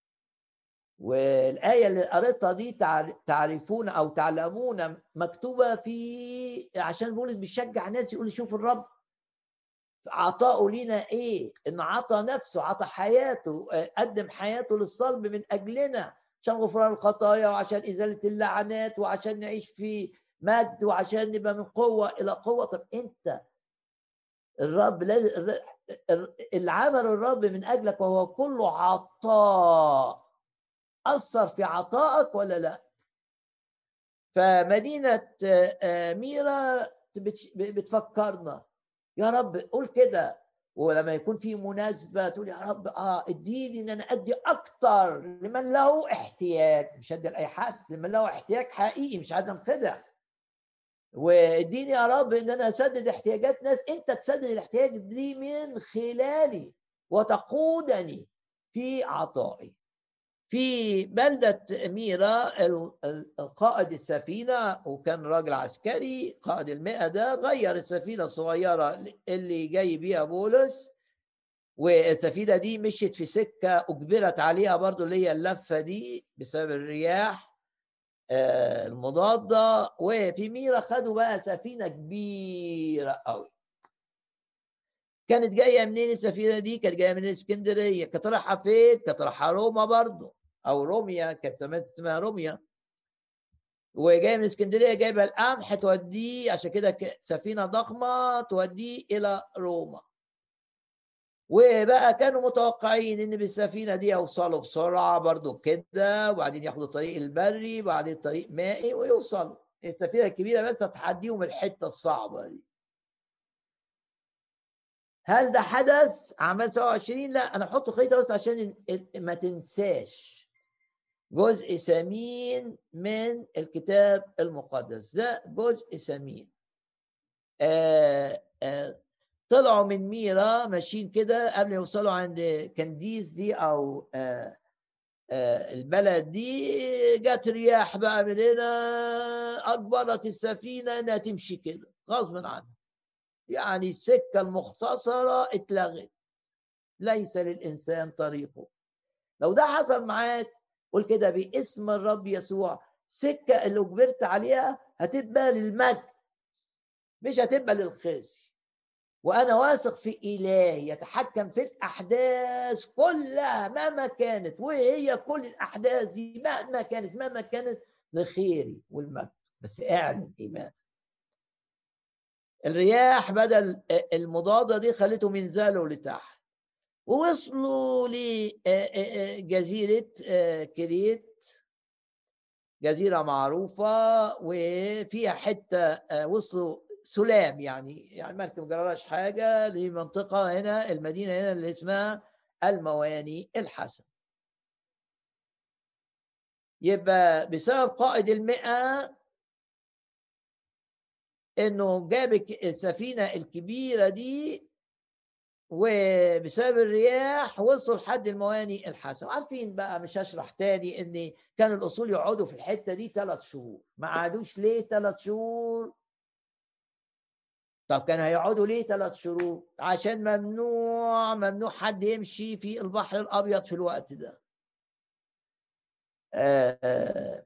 والآية اللي قريتها دي تعرفون أو تعلمون مكتوبة في، عشان بولس بيشجع الناس يقول شوف الرب عطاؤه لينا إيه، إنه عطى نفسه، عطى حياته، قدم حياته للصلب من أجلنا عشان غفران الخطايا وعشان إزالة اللعنات وعشان نعيش في مجد وعشان نبقى من قوة إلى قوة. طب أنت الرب اللي عمل الرب من أجلك وهو كله عطاء، أثر في عطائك ولا لا؟ فمدينة ميرا بتفكرنا يا رب قول كده. ولما يكون في مناسبة تقول يا رب اه اديني ان انا ادي اكتر لمن له احتياج، مش ادي لاي حد، لمن له احتياج حقيقي، مش عايز انخدع. واديني يا رب ان انا اسدد احتياجات ناس، انت تسدد الاحتياج دي من خلالي وتقودني في عطائي. في بلدة ميرا القائد السفينة وكان راجل عسكري، قائد المئة ده غير السفينة الصغيرة اللي جاي بيها بولس، والسفينة دي مشيت في سكة أجبرت عليها برضو اللي هي اللفة دي بسبب الرياح المضادة. وفي ميرا خدوا بقى سفينة كبيرة قوي. كانت جاية منين السفينة دي؟ كانت جاية من الاسكندرية. كانت رايحة فين؟ كانت رايحة روما برضو او روميا، كانت زمان اسمها روميا. وجايه من اسكندريه جايبه القمح توديه، عشان كده سفينه ضخمه توديه الى روما. وبقى كانوا متوقعين ان بالسفينه دي يوصلوا بسرعه برضو كده، وبعدين ياخدوا الطريق البري وبعدين طريق مائي ويوصلوا. السفينه الكبيره بس هتحديهم الحته الصعبه دي. هل ده حدث اعمال سبعة وعشرين؟ لا، انا بحط خريطه بس عشان ما تنساش جزء ثمين من الكتاب المقدس. ده جزء ثمين. آه آه طلعوا من ميرا ماشيين كده، قبل يوصلوا عند كنديز دي او آه آه البلد دي، جت رياح بقى من هنا اجبرت السفينه انها تمشي كده غصب عنها. يعني السكه المختصره اتلغت، ليس للانسان طريقه. لو ده حصل معاك قول كده باسم الرب يسوع، سكة اللي اجبرت عليها هتبقى للمجد مش هتبقى للخزي. وانا واثق في اله يتحكم في الاحداث كلها مهما كانت، وهي كل الاحداث دي مهما كانت مهما كانت لخيري والمجد. بس اعلن ايمان. الرياح بدل المضادة دي خلتهم ينزلوا لتحت ووصلوا لجزيرة كريت، جزيرة معروفة وفيها حتة وصلوا سلام، يعني يعني ما جرالهاش حاجة، لمنطقة هنا المدينة هنا اللي اسمها المواني الحسن. يبقى بسبب قائد المئة انه جاب السفينة الكبيرة دي، وبسبب الرياح وصلوا لحد المواني الحسن. عارفين بقى مش هشرح تاني ان كان الاصول يقعدوا في الحته دي ثلاث شهور. ما قعدوش ليه ثلاث شهور؟ طب كانوا هيقعدوا ليه ثلاث شهور؟ عشان ممنوع ممنوع حد يمشي في البحر الابيض في الوقت ده. آه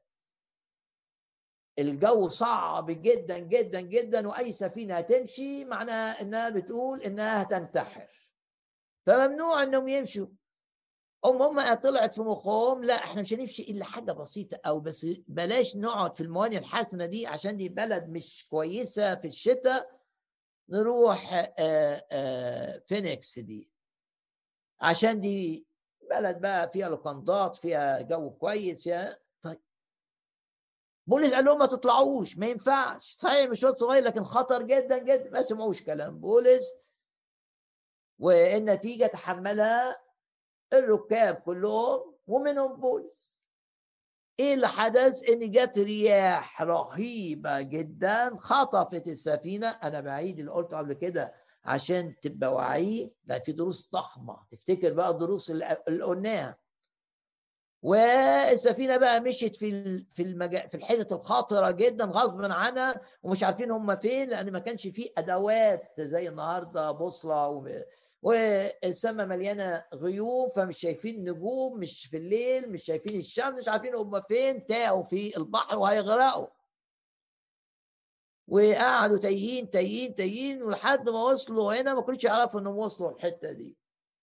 الجو صعب جدا جدا جدا، واي سفينه هتمشي معناها انها بتقول انها هتنتحر، فممنوع انهم يمشوا. هم هم طلعت في مخهم لا احنا مش هنمشي الا حاجه بسيطه، او بس بلاش نقعد في الموانئ الحسنه دي عشان دي بلد مش كويسه في الشتاء، نروح آآ آآ فينيكس دي عشان دي بلد بقى فيها لوكندات، فيها جو كويس فيها. طيب بولس قال لهم ما تطلعوش، ما ينفعش، صحيح مشوار صغير لكن خطر جدا جدا. ما سمعوش كلام بولس، والنتيجه تحملها الركاب كلهم ومنهم بولس. ايه اللي حدث؟ ان جت رياح رهيبه جدا خطفت السفينه. انا بعيد اللي قلته قبل كده عشان تبقى واعي، ده في دروس ضخمه، تفتكر بقى الدروس اللي اللي قلناها. والسفينه بقى مشيت في في المجا... في الحتت الخطره جدا غصب عنها، ومش عارفين هم فين، لان ما كانش فيه ادوات زي النهارده بوصله و... والسماء مليانه غيوم، فمش شايفين نجوم، مش في الليل، مش شايفين الشمس، مش عارفين هم فين، تاهوا في البحر وهيغرقوا. وقعدوا تايهين تايهين تايهين ولحد ما وصلوا هنا، ما كانوش يعرفوا انهم وصلوا الحته دي.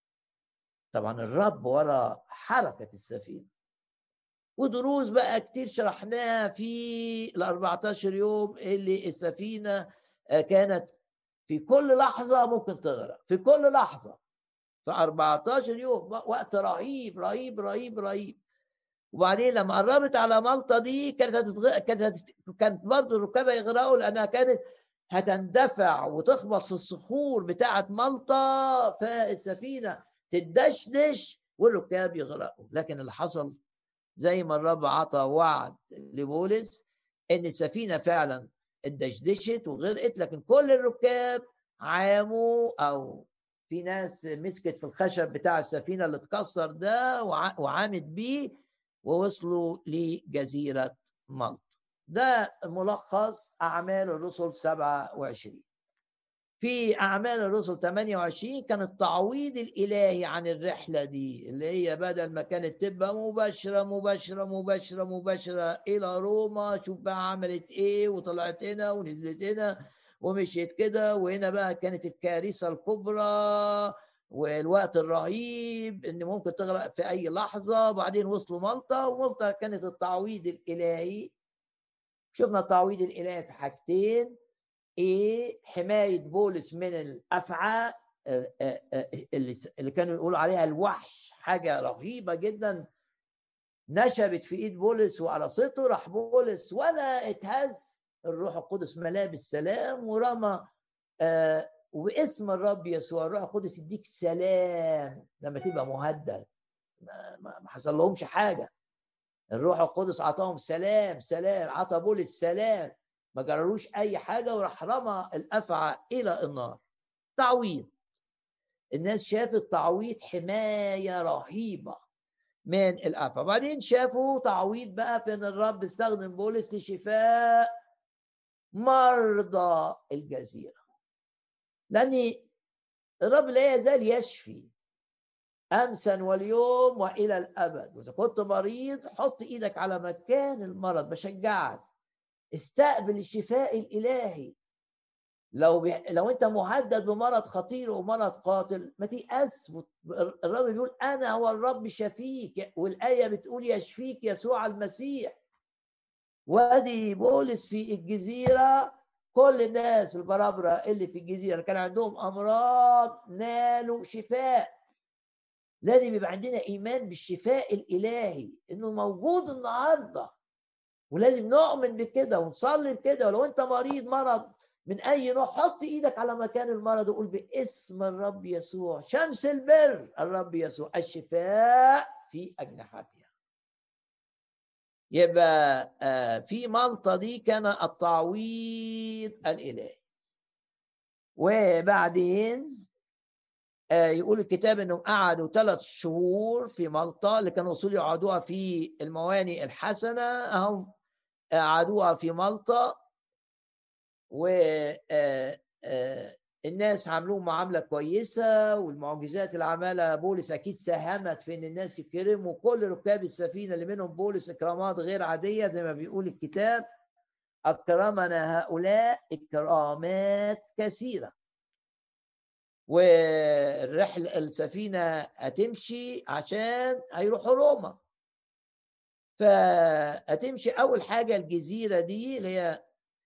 طبعا الرب ورا حركه السفينه. ودروس بقى كتير شرحناها في ال أربعتاشر يوم اللي السفينه كانت في كل لحظه ممكن تغرق، في كل لحظه، في أربعتاشر يوم، وقت رهيب رهيب رهيب رهيب. وبعدين لما قربت على مالطا دي كانت هتتغ... كانت هت... كانت برضه الركاب يغرقوا، لانها كانت هتندفع وتخبط في الصخور بتاعه مالطا، فالسفينه تدشدش والركاب يغرقوا. لكن اللي حصل زي ما الرب عطى وعد لبولس ان السفينه فعلا اتدشدشت وغرقت، لكن كل الركاب عاموا، او في ناس مسكت في الخشب بتاع السفينه اللي اتكسر ده وعامت بيه، ووصلوا لجزيره مالطا. ده ملخص اعمال الرسل سبعة وعشرين. في أعمال الرسل ثمانية وعشرين كان التعويض الإلهي عن الرحلة دي، اللي هي بدل ما كانت تبقى مباشرة مباشرة مباشرة مباشرة إلى روما، شوف بقى عملت إيه، وطلعت هنا ونزلت هنا ومشيت كده، وهنا بقى كانت الكارثة الكبرى والوقت الرهيب إن ممكن تغرق في أي لحظة. بعدين وصلوا مالطا، ومالطا كانت التعويض الإلهي. شفنا التعويض الإلهي في حاجتين: ايه؟ حمايه بولس من الافعى اللي كانوا يقولوا عليها الوحش، حاجه رهيبه جدا نشبت في ايد بولس وقرصته، راح بولس ولا اتهز، الروح القدس ملاه بالسلام ورمى آه وباسم الرب يسوع الروح القدس يديك سلام لما تبقى مهدد. ما, ما حصل لهمش حاجه، الروح القدس عطاهم سلام، سلام عطى بولس سلام، ما جرروش اي حاجه، وراح رمى الافعى الى النار. تعويض، الناس شافت تعويض حمايه رهيبه من الافعى. بعدين شافوا تعويض بقى في ان الرب استخدم بولس لشفاء مرضى الجزيره، لان الرب لا يزال يشفي امسا واليوم والى الابد. واذا كنت مريض حط ايدك على مكان المرض، بشجعك استقبل الشفاء الالهي. لو بي... لو انت مهدد بمرض خطير ومرض قاتل ما تيأس، الرب بيقول انا هو الرب شفيك، والايه بتقول يشفيك يسوع المسيح. وادي بولس في الجزيره، كل الناس البرابره اللي في الجزيره كان عندهم امراض نالوا شفاء. لازم يبقى عندنا ايمان بالشفاء الالهي انه موجود النهارده، ولازم نؤمن بكده ونصلي بكده. ولو انت مريض مرض من اي نوع حط ايدك على مكان المرض وقول باسم الرب يسوع شمس البر الرب يسوع الشفاء في اجنحتها. يبقى في مالطا دي كان التعويض الالهي. وبعدين يقول الكتاب انهم قعدوا ثلاث شهور في مالطا، اللي كانوا وصولوا يقعدوها في الموانئ الحسنه، هم قعدوها في مالطا. والناس عملوهم معامله كويسه، والمعجزات اللي عملها بولس اكيد ساهمت في ان الناس يكرموا كل ركاب السفينه اللي منهم بولس اكرامات غير عاديه، زي ما بيقول الكتاب اكرمنا هؤلاء اكرامات كثيره. والرحله السفينه هتمشي عشان هيروحوا روما، فهتمشي اول حاجه الجزيره دي اللي هي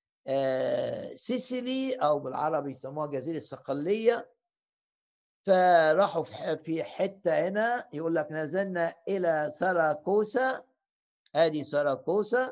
سيسيلي او بالعربي يسموها جزيره الصقليه. فراحوا في حته هنا يقول لك نزلنا الى ساراكوسا، ادي ساراكوسا،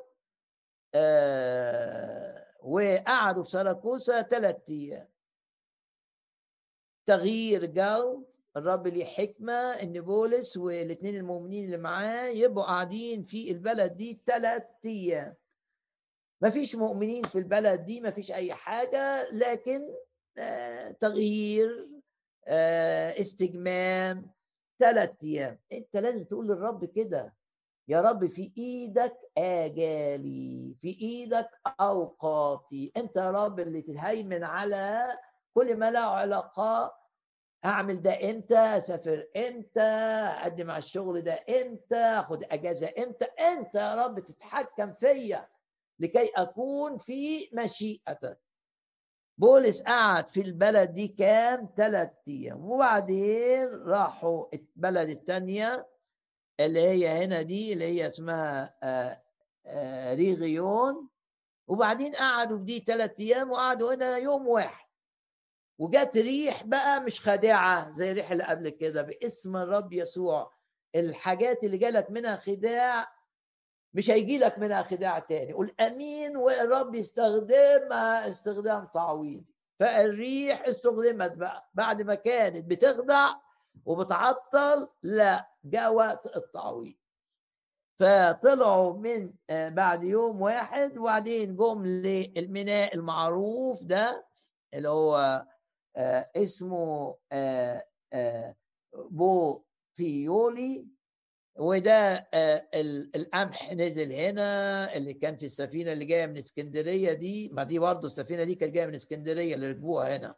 آه وقعدوا في ساراكوسا ثلاث ايام. تغيير جو، الرب ليه حكمة إن بولس والاثنين المؤمنين اللي معاه يبقوا قاعدين في البلد دي ثلاث أيام. مفيش مؤمنين في البلد دي، مفيش أي حاجة، لكن آه تغيير، آه استجمام، ثلاث أيام. أنت لازم تقول للرب كده: يا رب في إيدك آجالي، في إيدك أوقاتي، أنت يا رب اللي تهيمن على كل ما له علاقة. اعمل ده امتى، اسافر امتى، اقدم على الشغل ده امتى، اخد اجازه امتى، انت يا رب تتحكم فيا لكي اكون في مشيئتك. بولس قعد في البلد دي كام؟ ثلاث ايام، وبعدين راحوا البلد الثانيه اللي هي هنا دي اللي هي اسمها آآ آآ ريغيون، وبعدين قعدوا في دي ثلاث ايام وقعدوا هنا يوم واحد. وجات ريح بقى مش خادعه زي الريح اللي قبل كده، باسم الرب يسوع. الحاجات اللي جالك منها خداع مش هيجي لك منها خداع تاني. قول امين. والرب يستخدمها استخدام تعويضي. فالريح استخدمت بقى بعد ما كانت بتخدع وبتعطل، لا، جاء وقت التعويض. فطلعوا من بعد يوم واحد، وبعدين جم للميناء المعروف ده اللي هو آه اسمه آه آه بوطيولي. وده آه القمح نزل هنا اللي كان في السفينه اللي جايه من اسكندريه دي. ما دي برضه السفينه دي كانت جايه من اسكندريه اللي ركبوها هنا.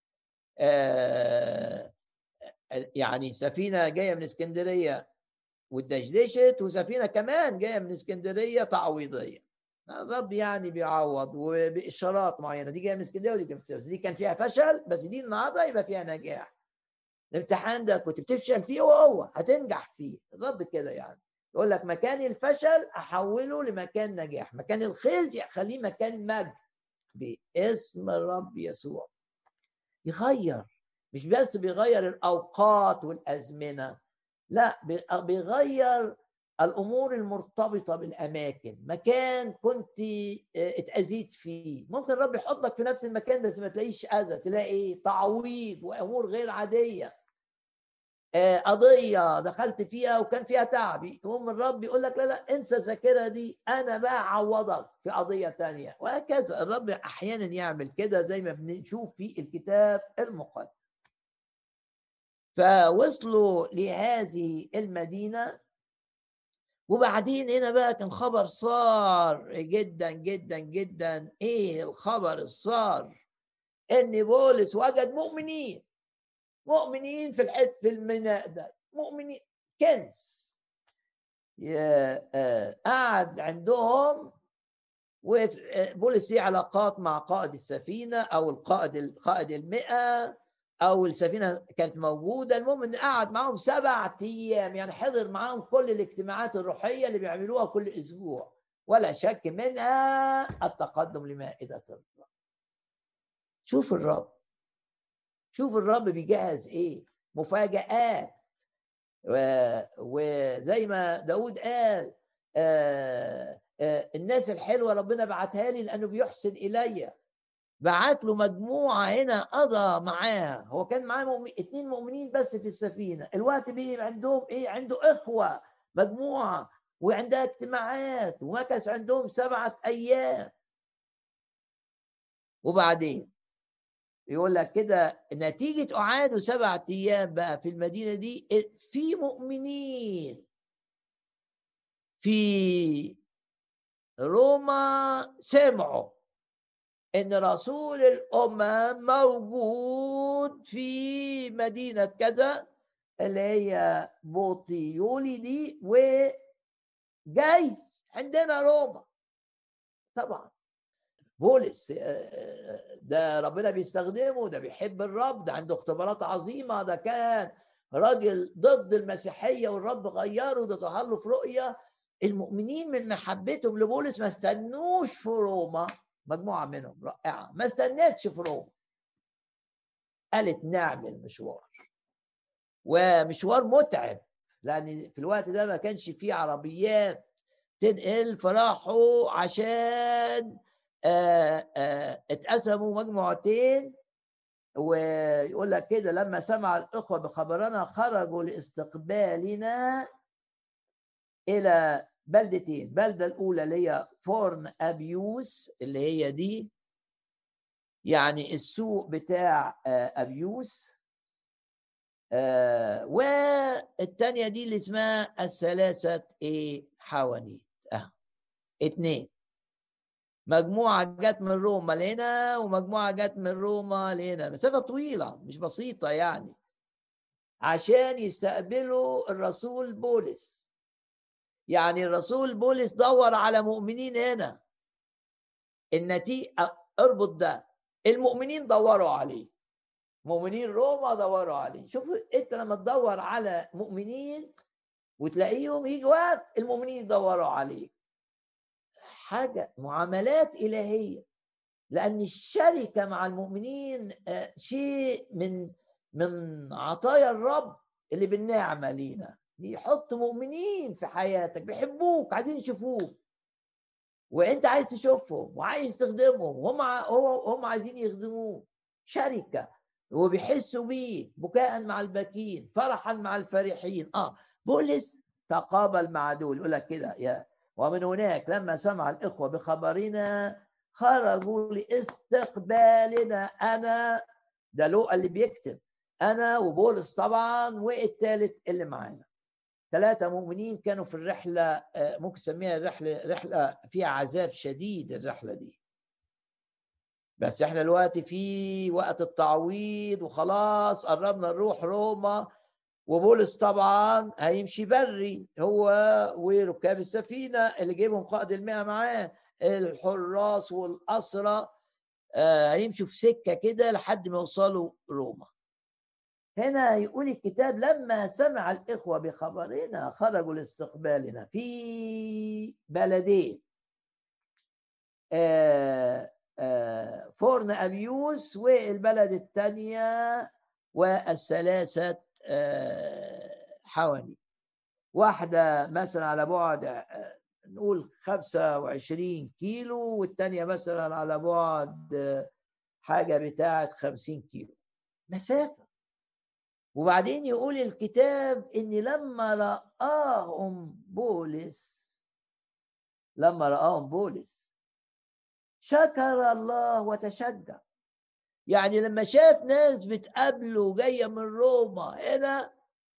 آه يعني سفينه جايه من اسكندريه واتدشدشت، وسفينه كمان جايه من اسكندريه تعويضيه. الرب يعني بيعوض وباشارات معينه. دي جايه من اسكندريه ودي جايه من اسكندريه، دي كان فيها فشل، بس دي النهارده يبقى فيها نجاح. الامتحان ده كنت بتفشل فيه وهو هتنجح فيه. الرب كده يعني يقول لك مكان الفشل احوله لمكان نجاح، مكان الخزي اخليه مكان مجد، باسم الرب يسوع. يغير، مش بس بيغير الاوقات والازمنه، لا، بيغير الامور المرتبطه بالاماكن. مكان كنت اتاذيت فيه، ممكن الرب يحطك في نفس المكان بس ما تلاقيش اذى، تلاقي تعويض وامور غير عاديه. قضيه دخلت فيها وكان فيها تعب، يقوم الرب يقول لك لا لا انسى الذاكره دي، انا بقى اعوضك في قضيه تانية. وهكذا الرب احيانا يعمل كده زي ما بنشوف في الكتاب المقدس. فوصلوا لهذه المدينه، وبعدين هنا بقى كان خبر صار جدا جدا جدا. ايه الخبر الصار؟ ان بولس وجد مؤمنين، مؤمنين في الحد في الميناء ده، مؤمنين كنز. قعد عندهم، وبولس ليه علاقات مع قائد السفينه او القائد القائد المئة او السفينه كانت موجوده. المهم ان قعد معاهم سبع ايام، يعني حضر معاهم كل الاجتماعات الروحيه اللي بيعملوها كل اسبوع، ولا شك منها التقدم لمائده الرب. شوف الرب، شوف الرب بيجهز ايه، مفاجآت. وزي ما داود قال آآ آآ الناس الحلوه ربنا بعتها لي لانه بيحسن الي. بعت له مجموعه هنا قضى معاها. هو كان معاه مؤمن اتنين مؤمنين بس في السفينه، الوقت بيه عندهم ايه؟ عنده اخوه مجموعه وعندها اجتماعات، ومكث عندهم سبعه ايام. وبعدين يقول لك كده نتيجه قعاده سبعه ايام بقى في المدينه دي، في مؤمنين في روما سمعوا ان رسول الامم موجود في مدينه كذا اللي هي بوطيولي دي، وجاي عندنا روما. طبعا بولس ده ربنا بيستخدمه، ده بيحب الرب، ده عنده اختبارات عظيمه، ده كان راجل ضد المسيحيه والرب غيره، ده ظهر له في رؤيه. المؤمنين من محبتهم لبولس ما استنوش في روما، مجموعه منهم رائعه ما استنتش في روما، قالت نعمل مشوار، ومشوار متعب لان في الوقت ده ما كانش فيه عربيات تنقل. فراحوا عشان آآ آآ اتقسموا مجموعتين، ويقول لك كده لما سمع الإخوة بخبرنا خرجوا لاستقبالنا إلى بلدتين. بلدة الأولى اللي هي فورن أبيوس، اللي هي دي يعني السوق بتاع أبيوس، والتانية دي اللي اسمها الثلاثة إيه حوانيت. أه اتنين، مجموعة جت من روما لهنا ومجموعة جت من روما لهنا، مسافة طويلة مش بسيطة يعني، عشان يستقبلوا الرسول بولس. يعني الرسول بولس دور على مؤمنين هنا. النتيجة اربط ده، المؤمنين دوروا عليه، مؤمنين روما دوروا عليه. شوف انت لما تدور على مؤمنين وتلاقيهم، يجي وقت المؤمنين يدوروا عليه. حاجة معاملات إلهية، لأن الشركة مع المؤمنين شيء من من عطايا الرب اللي بالنعمة لينا. يحط مؤمنين في حياتك بيحبوك، عايزين يشوفوك، وانت عايز تشوفهم وعايز تخدمهم، وهم هم عايزين يخدموك. شركة، وبيحسوا بيه بكاء مع الباكين، فرحا مع الفرحين. اه بولس تقابل مع دول. يقول لك كده يا ومن هناك لما سمع الإخوة بخبرنا خرجوا لاستقبالنا. أنا ده لوقا اللي بيكتب، أنا وبولس طبعا والثالث اللي معانا، ثلاثة مؤمنين كانوا في الرحلة. ممكن نسميها الرحلة رحلة فيها عذاب شديد الرحلة دي، بس احنا دلوقتي في وقت التعويض وخلاص قربنا نروح روما. وبولس طبعا هيمشي بري هو وركاب السفينة اللي جايبهم قائد المئة معاه، الحراس والأسرى، هيمشوا في سكة كده لحد ما يوصلوا روما. هنا يقول الكتاب لما سمع الإخوة بخبرنا خرجوا لاستقبالنا في بلدين، آآ آآ فورن أبيوس والبلد الثانية والثلاثة حواني. واحدة مثلا على بعد نقول خمسة وعشرين كيلو، والثانية مثلا على بعد حاجة بتاعت خمسين كيلو مسافة. وبعدين يقول الكتاب إن لما رآهم بولس لما رآهم بولس شكر الله وتشجع. يعني لما شاف ناس بتقابله جاية من روما هنا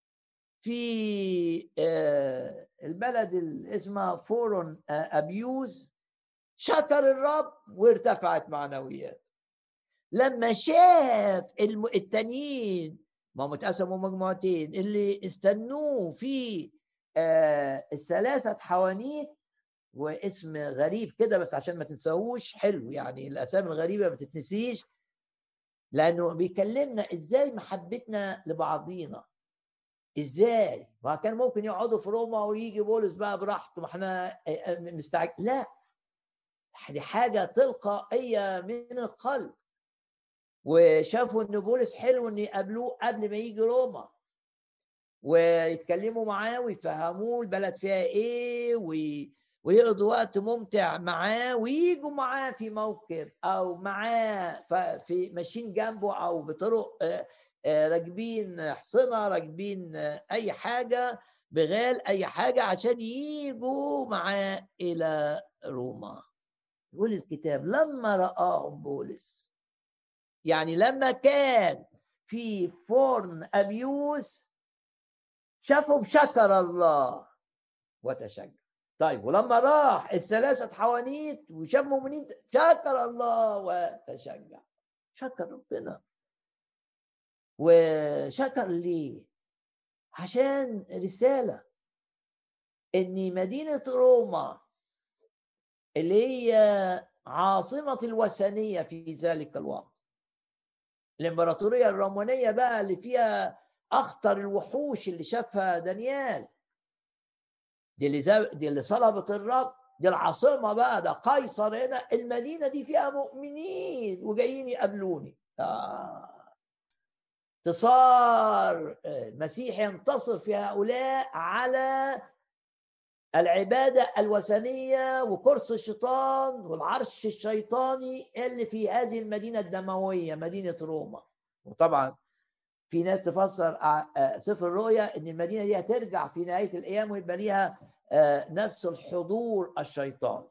في البلد اللي اسمها فورن أبيوز، شكر الرب وارتفعت معنويات. لما شاف التانيين، ما متقسموا مجموعتين، اللي استنوه في الثلاثة حوانيت، واسم غريب كده بس عشان ما تنساهوش، حلو يعني الأسامي الغريبة ما تتنسيش، لأنه بيكلمنا إزاي محبتنا لبعضينا. ازاي ما كان ممكن يقعدوا في روما ويجي بولس بقى براحته، ما احنا مستعجل، لا، دي حاجه تلقائيه من القلب. وشافوا ان بولس حلو ان يقابلوه قبل ما يجي روما ويتكلموا معاه ويفهموه البلد فيها ايه، وي... ويقضوا وقت ممتع معاه، ويجوا معاه في موكب او معاه في ماشيين جنبه او بطرق راكبين حصنة، راكبين اي حاجة بغال، اي حاجة عشان يجوا معاه الى روما. يقول الكتاب لما رآهم بولس، يعني لما كان في فورن أبيوس شافهم شكر الله وتشجع. طيب ولما راح الثلاثة حوانيت وشاف مؤمنين شكر الله وتشجع. شكر ربنا. وشكر ليه؟ عشان رسالة ان مدينة روما اللي هي عاصمة الوثنية في ذلك الوقت، الامبراطورية الرومانية بقى اللي فيها اخطر الوحوش اللي شافها دانيال، دي اللي زي دي اللي صلبت الرب، دي العاصمة بقى، ده قيصر هنا، المدينة دي فيها مؤمنين وجايين يقابلوني. آه. انتصار المسيح ينتصر في هؤلاء على العبادة الوثنية وكرسي الشيطان والعرش الشيطاني اللي في هذه المدينة الدموية مدينة روما. وطبعا في ناس تفسر سفر الرؤيا ان المدينه دي هترجع في نهايه الايام ويبقى ليها نفس الحضور الشيطان.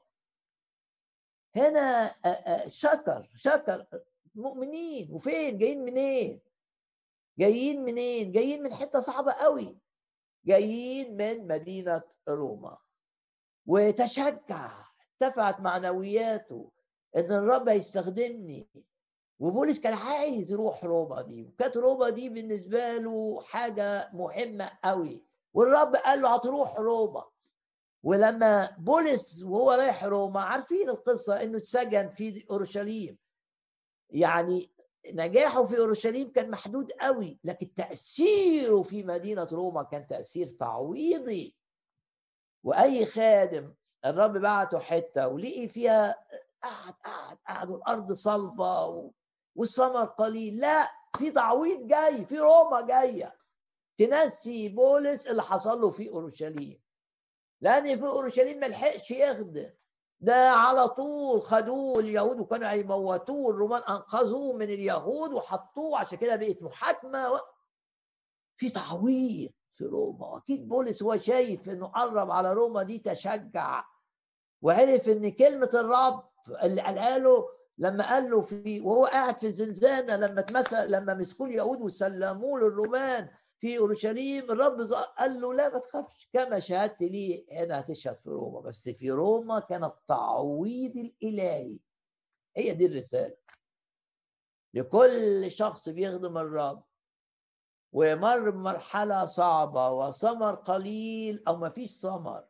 هنا شكر شكر مؤمنين، وفين جايين منين؟ جايين منين؟ جايين من حته صعبه قوي، جايين من مدينه روما. وتشجع، ارتفعت معنوياته ان الرب هيستخدمني. وبولس كان عايز يروح روما دي، وكانت روما دي بالنسبه له حاجه مهمه قوي، والرب قال له هتروح روما. ولما بولس وهو رايح روما، عارفين القصه، انه اتسجن في اورشليم. يعني نجاحه في اورشليم كان محدود قوي، لكن تاثيره في مدينه روما كان تاثير تعويضي. واي خادم الرب بعته حته ولقي فيها قعد قعد قعد والارض صلبه والثمر قليل، لا، في تعويض جاي، في روما جايه تنسي بولس اللي حصل له في اورشليم. لان في اورشليم ما لحقش يخدم، ده على طول خدوه اليهود وكانوا هيموتوه، الرومان انقذوه من اليهود وحطوه، عشان كده بقت محاكمه. في تعويض في روما. اكيد بولس هو شايف انه قرب على روما دي تشجع، وعرف ان كلمه الرب اللي قالها له لما قال له في وهو قاعد في الزنزانه، لما اتمسك لما مسكوا اليهود وسلموه للرومان في اورشليم، الرب قال له لا ما تخافش، كما شهدت لي هنا هتشهد في روما. بس في روما كان التعويض الالهي. هي دي الرساله لكل شخص بيخدم الرب ومر بمرحله صعبه وثمر قليل او ما فيش ثمر،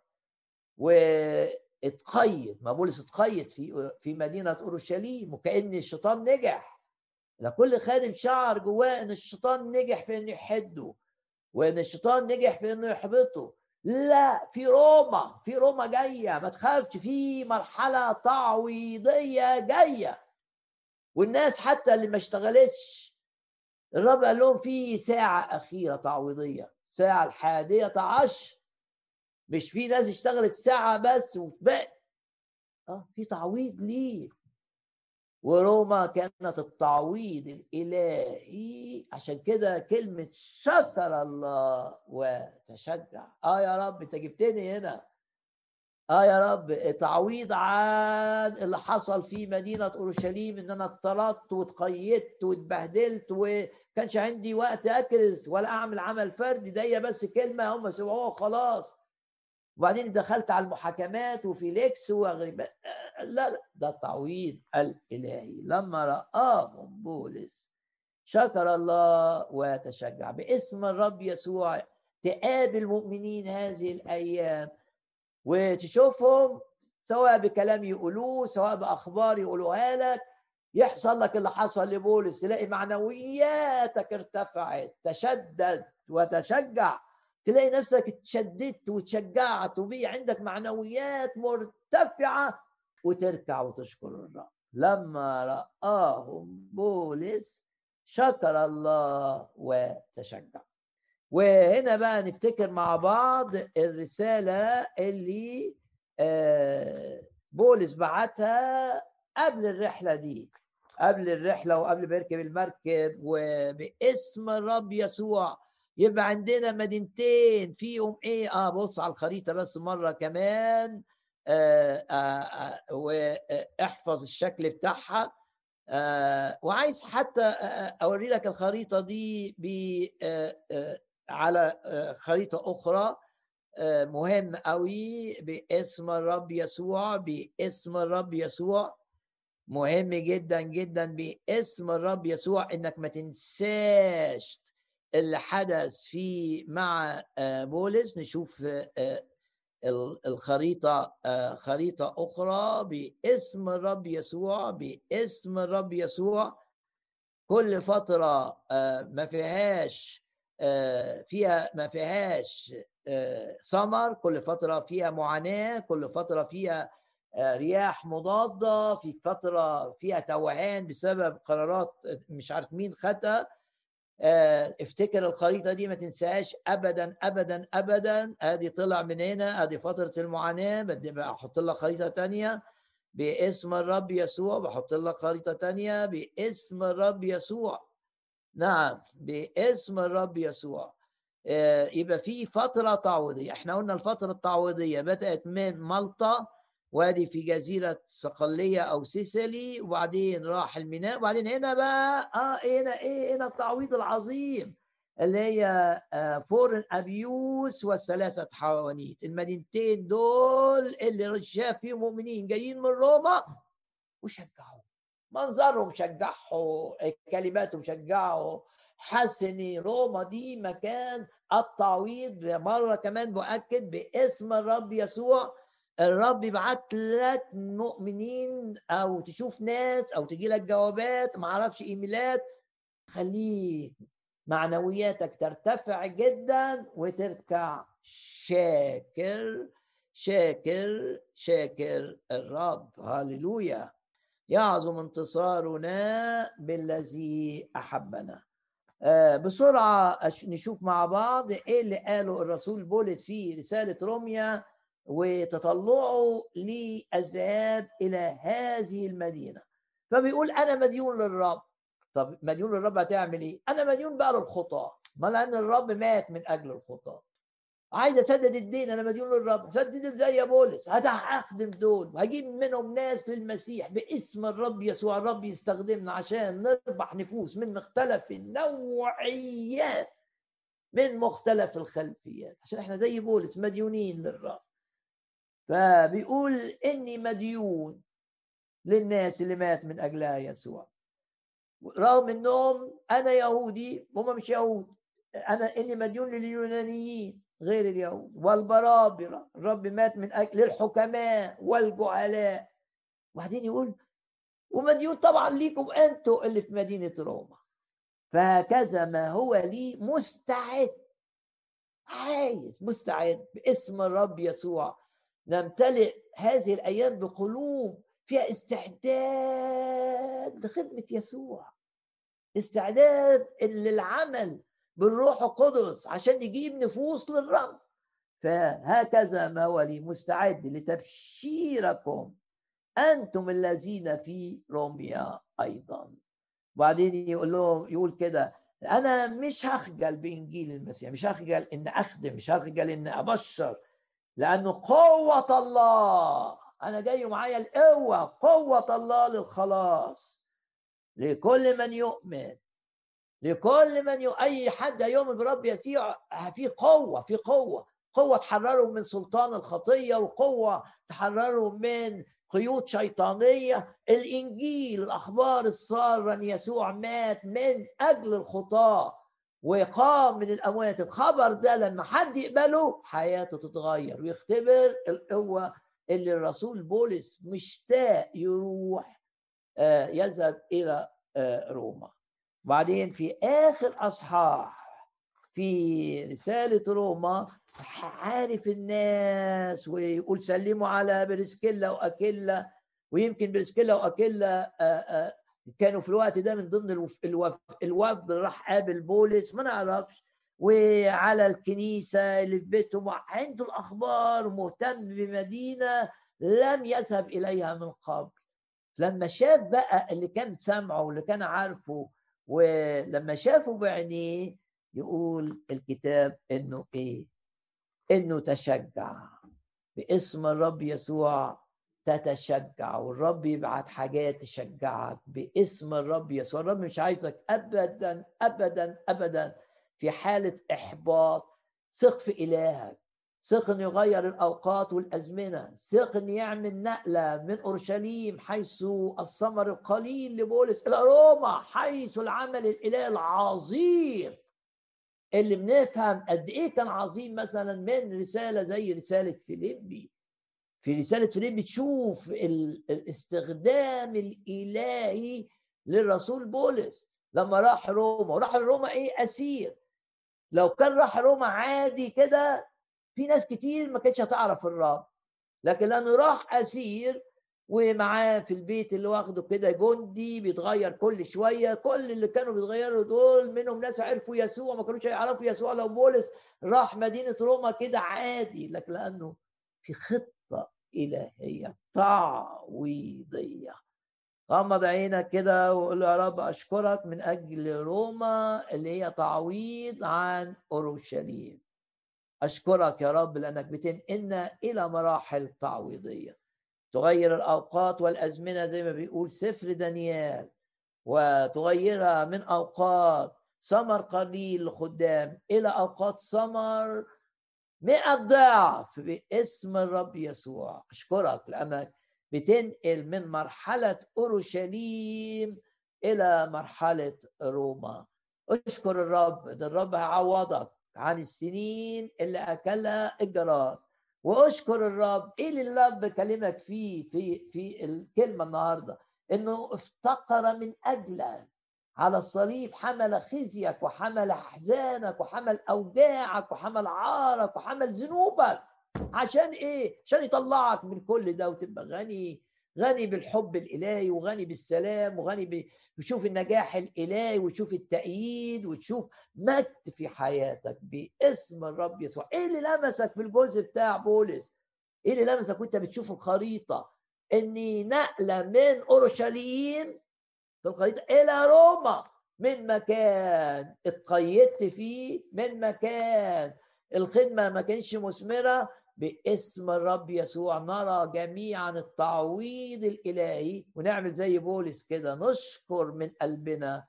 واتقيد. ما بولس اتقيد في في مدينه اورشليم، وكأن الشيطان نجح. لكل خادم شعر جواه ان الشيطان نجح في انه يحده، وان الشيطان نجح في انه يحبطه. لا، في روما، في روما جايه، ما تخافش، في مرحله تعويضيه جايه. والناس حتى اللي ما اشتغلتش، الرب قال لهم في ساعه اخيره تعويضيه، الساعه الحادية عشر. مش في ناس اشتغلت ساعه بس وبقى اه في تعويض ليه. وروما كانت التعويض الالهي. عشان كده كلمه شكر الله وتشجع. اه يا رب انت جبتني هنا، اه يا رب تعويض عن اللي حصل في مدينه اورشليم، ان انا اتطردت واتقيدت واتبهدلت وكانش عندي وقت اكرز ولا اعمل عمل فردي، ده هي بس كلمه هم سمعوها خلاص. وبعدين دخلت على المحاكمات وفيليكس وغريب. لا لا، ده التعويض الالهي. لما رآهم بولس شكر الله وتشجع. باسم الرب يسوع تقابل مؤمنين هذه الايام وتشوفهم، سواء بكلام يقولوه سواء باخبار يقولوها لك، يحصل لك اللي حصل لبولس، تلاقي معنوياتك ارتفعت، تشدد وتشجع، تلاقي نفسك اتشددت وتشجعت وبقي عندك معنويات مرتفعة، وتركع وتشكر الرب. لما رآهم بولس شكر الله وتشجع. وهنا بقى نفتكر مع بعض الرسالة اللي بولس بعتها قبل الرحلة دي، قبل الرحلة وقبل ما يركب المركب. وباسم الرب يسوع يبقى عندنا مدينتين فيهم ايه. اه بص على الخريطة بس مرة كمان، آه آه آه واحفظ الشكل بتاعها. آه وعايز حتى آه اوري لك الخريطة دي ب آه آه على آه خريطة اخرى. آه مهم قوي. باسم الرب يسوع، باسم الرب يسوع، مهم جدا جدا باسم الرب يسوع انك ما تنساش اللي حدث في مع بولس. نشوف الخريطة، خريطة أخرى. باسم الرب يسوع، باسم الرب يسوع. كل فترة ما فيهاش فيها ما فيهاش ثمر، كل فترة فيها معاناة، كل فترة فيها رياح مضادة، في فترة فيها توهان بسبب قرارات مش عارف مين خدها. افتكر الخريطة دي، ما تنساهاش أبدا أبدا أبدا. ادي طلع من هنا، ادي فترة المعاناة، بدي بحط لك خريطة تانية. باسم الرب يسوع بحط لك خريطة تانية. باسم الرب يسوع نعم باسم الرب يسوع. آه، يبقى في فترة تعويضية. احنا قلنا الفترة التعويضية بدأت من مالطا، وادي في جزيرة صقلية أو سيسيلي، وبعدين راح الميناء، وبعدين هنا بقى اه هنا ايه هنا التعويض العظيم اللي هي آه فورن أبيوس والثلاثة حوانيت، المدينتين دول اللي شاف فيهم مؤمنين جايين من روما وشجعوا، منظرهم شجعه، كلماتهم شجعه، حس ان روما دي مكان التعويض. مره كمان مؤكد باسم الرب يسوع، الرب يبعت لك مؤمنين او تشوف ناس او تجي لك جوابات ما اعرفش ايميلات، خليك معنوياتك ترتفع جدا وتركع شاكر شاكر شاكر الرب. هاليلويا. يعظم انتصارنا بالذي أحبنا. آه بسرعة نشوف مع بعض إيه اللي قاله الرسول بولس في رسالة روميا وتطلعه للذهاب إلى هذه المدينة. فبيقول أنا مديون للرب. طب مديون للرب هتعمل إيه؟ أنا مديون بقى للخطاة، ما لأن الرب مات من أجل الخطاة. عايز اسدد الدين، انا مديون للرب. سدد ازاي يا بولس؟ هخدم دول وهجيب منهم ناس للمسيح باسم الرب يسوع. الرب يستخدمنا عشان نربح نفوس من مختلف النوعيات، من مختلف الخلفيات، عشان احنا زي بولس مديونين للرب. فبيقول اني مديون للناس اللي مات من اجلها يسوع، رغم انهم انا يهودي وهم مش يهود. انا اني مديون لليونانيين غير اليهود والبرابرة، الرب مات من اجل للحكماء والجهلاء. وبعدين يقول ومديون طبعا ليكم انتوا اللي في مدينة روما. فهكذا ما هو لي مستعد، عايز مستعد باسم الرب يسوع نمتلئ هذه الايام بقلوب فيها استعداد لخدمة يسوع، استعداد للعمل بالروح القدس عشان يجيب نفوس للرب. فهكذا ما هو لي مستعد لتبشيركم أنتم الذين في روميا أيضا. وبعدين يقول لهم يقول كده أنا مش هخجل بإنجيل المسيح، مش هخجل إن أخدم، مش هخجل إن أبشر، لأنه قوة الله. أنا جاي معايا القوة، قوة الله للخلاص لكل من يؤمن، لكل من ي... اي حد يؤمن برب يسوع. في قوه، في قوه قوه تحرره من سلطان الخطيه، وقوه تحرره من قيود شيطانيه. الانجيل، الاخبار الساره ان يسوع مات من اجل الخطاه وقام من الاموات. الخبر ده لما حد يقبله حياته تتغير ويختبر القوه اللي الرسول بولس مشتاق يروح يذهب الى روما. وبعدين في آخر أصحاح في رسالة روما عارف الناس ويقول سلموا على بريسكيلا وأكيلا. ويمكن بريسكيلا وأكيلا كانوا في الوقت ده من ضمن الوفد اللي راح قابل بولس، ما نعرفش. وعلى الكنيسة اللي في بيتهم عنده الأخبار، مهتم بمدينة لم يذهب إليها من قبل. لما شاف بقى اللي كان سمعه واللي كان عارفه، ولما شافه بعينيه، يقول الكتاب انه ايه؟ انه تشجع باسم الرب يسوع. تتشجع، والرب يبعت حاجات تشجعك باسم الرب يسوع. الرب مش عايزك ابدا ابدا ابدا في حالة احباط. ثق في الهك، ثق انه يغير الاوقات والازمنه، ثق انه يعمل نقله من اورشليم حيث الثمر القليل لبولس الى روما حيث العمل الالهي العظيم اللي بنفهم قد ايه كان عظيم. مثلا من رساله زي رساله فيليبي، في رساله فيليبي تشوف الاستخدام الالهي للرسول بولس لما راح روما. وراح روما ايه؟ اسير. لو كان راح روما عادي كده في ناس كتير ما كانتش هتعرف الرب، لكن لانه راح اسير ومعاه في البيت اللي واخده كده جندي بيتغير كل شويه. كل اللي كانوا بيتغيروا دول منهم ناس عرفوا يسوع ما كانوش هيعرفوا يسوع لو بولس راح مدينه روما كده عادي، لكن لانه في خطه الهيه تعويضيه. غمض عينك كده وقول له يا رب أشكرك من أجل روما اللي هي تعويض عن أورشليم. أشكرك يا رب لأنك بتنقلنا إلى مراحل تعويضية تغير الأوقات والأزمنة زي ما بيقول سفر دانيال، وتغيرها من أوقات ثمر قليل لخدام إلى أوقات ثمر مئة ضعف باسم الرب يسوع. أشكرك لأنك بتنقل من مرحلة أورشليم إلى مرحلة روما. أشكر الرب، ده الرب هيعوضك عن السنين اللي أكلها الجراد. وأشكر الرب. إيه اللي الرب كلمك فيه في في الكلمة النهاردة؟ إنه افتقر من أجلك على الصليب، حمل خزيك وحمل أحزانك وحمل أوجاعك وحمل عارك وحمل ذنوبك. عشان إيه؟ عشان يطلعك من كل ده وتبقى غني، غني بالحب الإلهي وغني بالسلام وغني بشوف النجاح الإلهي وتشوف التأييد وتشوف مجد في حياتك باسم الرب يسوع. إيه اللي لمسك في الجزء بتاع بولس؟ إيه اللي لمسك وأنت بتشوف الخريطة؟ إني نقلة من أورشليم في الخريطة إلى روما، من مكان اتقيدت فيه، من مكان الخدمة ما كانش مثمرة، باسم الرب يسوع نرى جميعا التعويض الإلهي ونعمل زي بولس كده، نشكر من قلبنا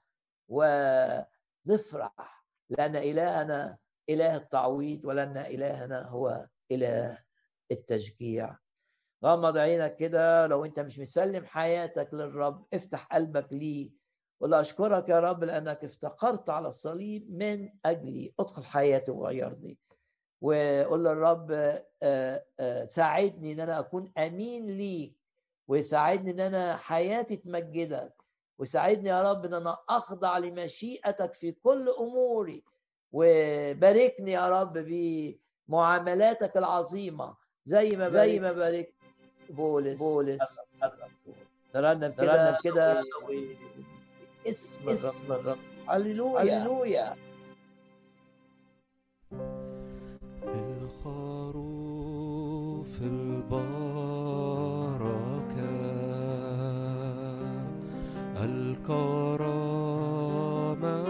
ونفرح لأن إلهنا إله التعويض ولأن إلهنا هو إله التشجيع. غمض عينك كده، لو انت مش مسلم حياتك للرب افتح قلبك ليه وقول اشكرك يا رب لانك افتقرت على الصليب من اجلي، ادخل حياتي وغيرني. وقول للرب ساعدني ان انا اكون امين ليك، وساعدني ان انا حياتي تمجدك، وساعدني يا رب ان انا اخضع لمشيئتك في كل اموري، وباركني يا رب بمعاملاتك العظيمه زي ما زي ما باركت بولس بولس نرنم كده كده اسم اسم الرب. هللويا هللويا. الخروف البركة الكرامة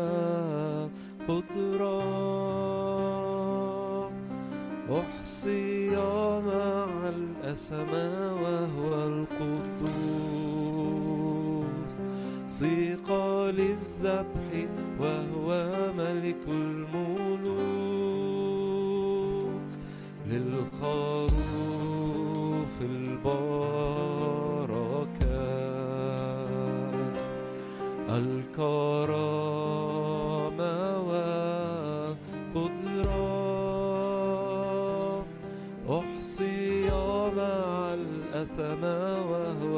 والقدرة أحصي مع الأسماء وهو القدوس، صيغة للذبح وهو ملك الملوك، للخروف البركة الكرامة والقدرة أحصي مع الأسماء وهو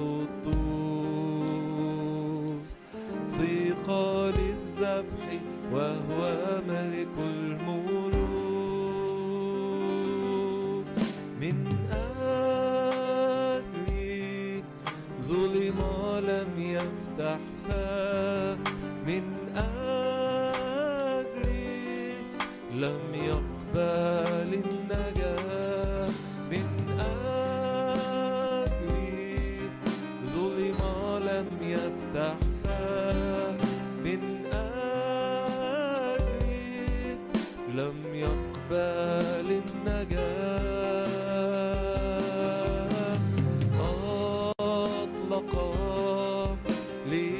القدوس، صيغة للذبح وهو ملك الملوك. من أجلي ظلم لم يفتح فاه، من أجلي لم يقبل النجاة، من أجلي ظلم لم يفتح فاه، من أجلي لم يقبل النجاة. أطلق لي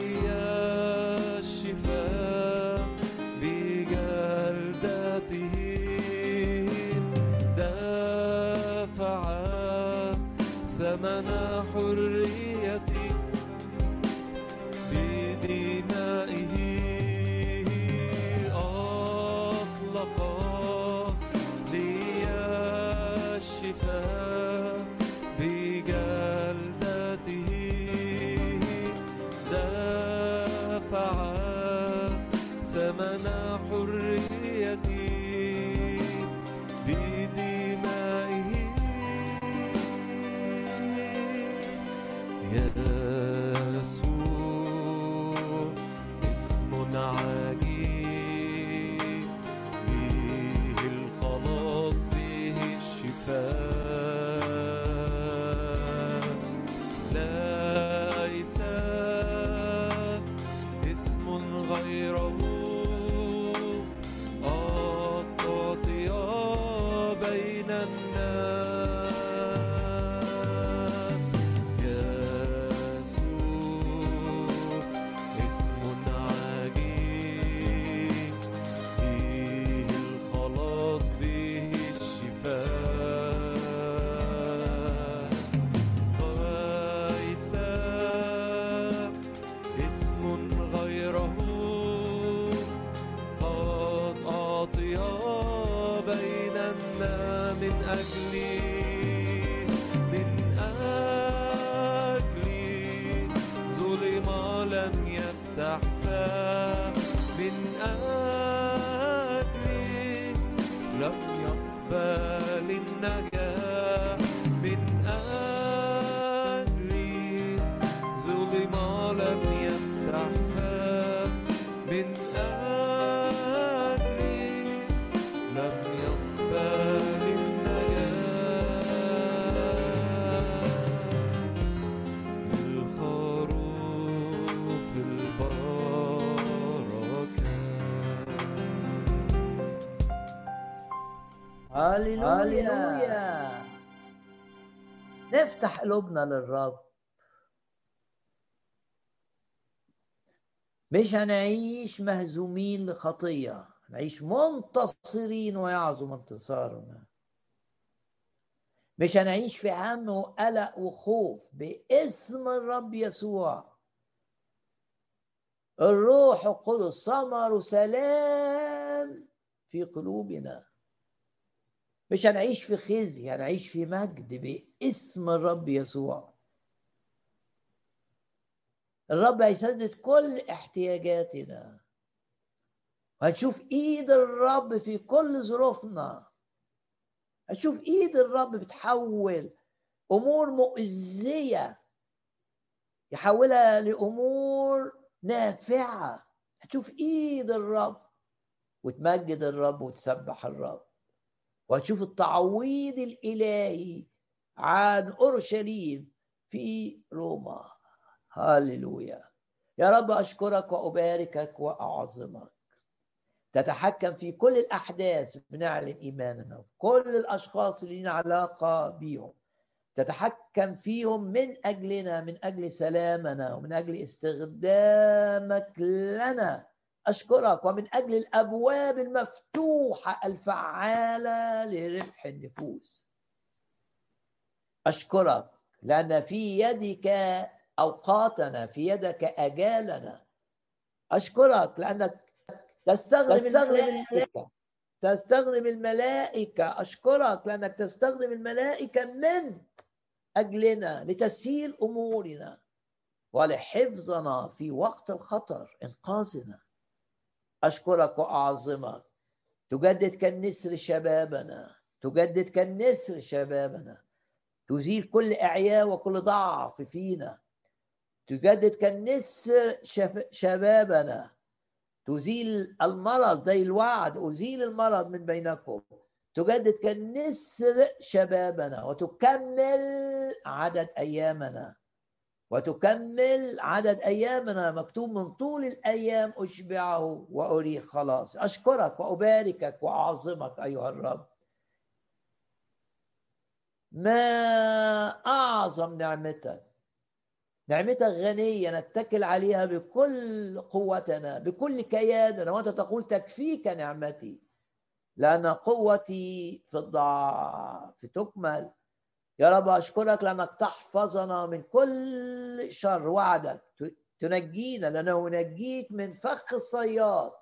الشفاء بجلدته، دافع ثمن حريتي بدمائه، أطلق لي الشفاء بجلدته، دافع ثمن حريتي بدمائه. يسوع اسم عجيب، به الخلاص به الشفاء، ليس هاليلويا. نفتح قلوبنا للرب. مش هنعيش مهزومين لخطية، هنعيش منتصرين ويعظم انتصارنا. مش هنعيش في هم وقلق وخوف. باسم الرب يسوع الروح القدس ثمر سلام في قلوبنا. مش هنعيش في خزي، هنعيش في مجد باسم الرب يسوع. الرب هيسدد كل احتياجاتنا، هنشوف ايد الرب في كل ظروفنا. هنشوف ايد الرب بتحول امور مؤذية يحولها لامور نافعة. هتشوف ايد الرب وتمجد الرب وتسبح الرب، وهتشوف التعويض الالهي عن اورشليم في روما. هاليلويا. يا رب أشكرك وأباركك وأعظمك. تتحكم في كل الأحداث، بنعلن إيماننا في كل الأشخاص اللي لنا علاقة بيهم. تتحكم فيهم من أجلنا، من أجل سلامنا ومن أجل استخدامك لنا. أشكرك ومن أجل الأبواب المفتوحة الفعالة لربح النفوس. أشكرك لأن في يدك أوقاتنا، في يدك أجالنا. أشكرك لأنك تستخدم, تستخدم الملائكة تستخدم الملائكة أشكرك لأنك تستخدم الملائكة من أجلنا لتسهيل أمورنا ولحفظنا في وقت الخطر، إنقاذنا. أشكرك وأعظمك. تجدد كالنسر شبابنا، تجدد كالنسر شبابنا، تزيل كل إعياء وكل ضعف فينا. تجدد كالنسر شبابنا، تزيل المرض زي الوعد، أزيل المرض من بينكم. تجدد كالنسر شبابنا وتكمل عدد أيامنا، وتكمل عدد أيامنا. مكتوب من طول الأيام أشبعه وأريح خلاص. أشكرك وأباركك وأعظمك أيها الرب. ما أعظم نعمتك، نعمتك غنية نتكل عليها بكل قوتنا بكل كياننا، وأنت تقول تكفيك نعمتي لأن قوتي في الضعف تكمل. يا رب أشكرك لأنك تحفظنا من كل شر. وعدك تنجينا لأنه نجيك من فخ الصياد،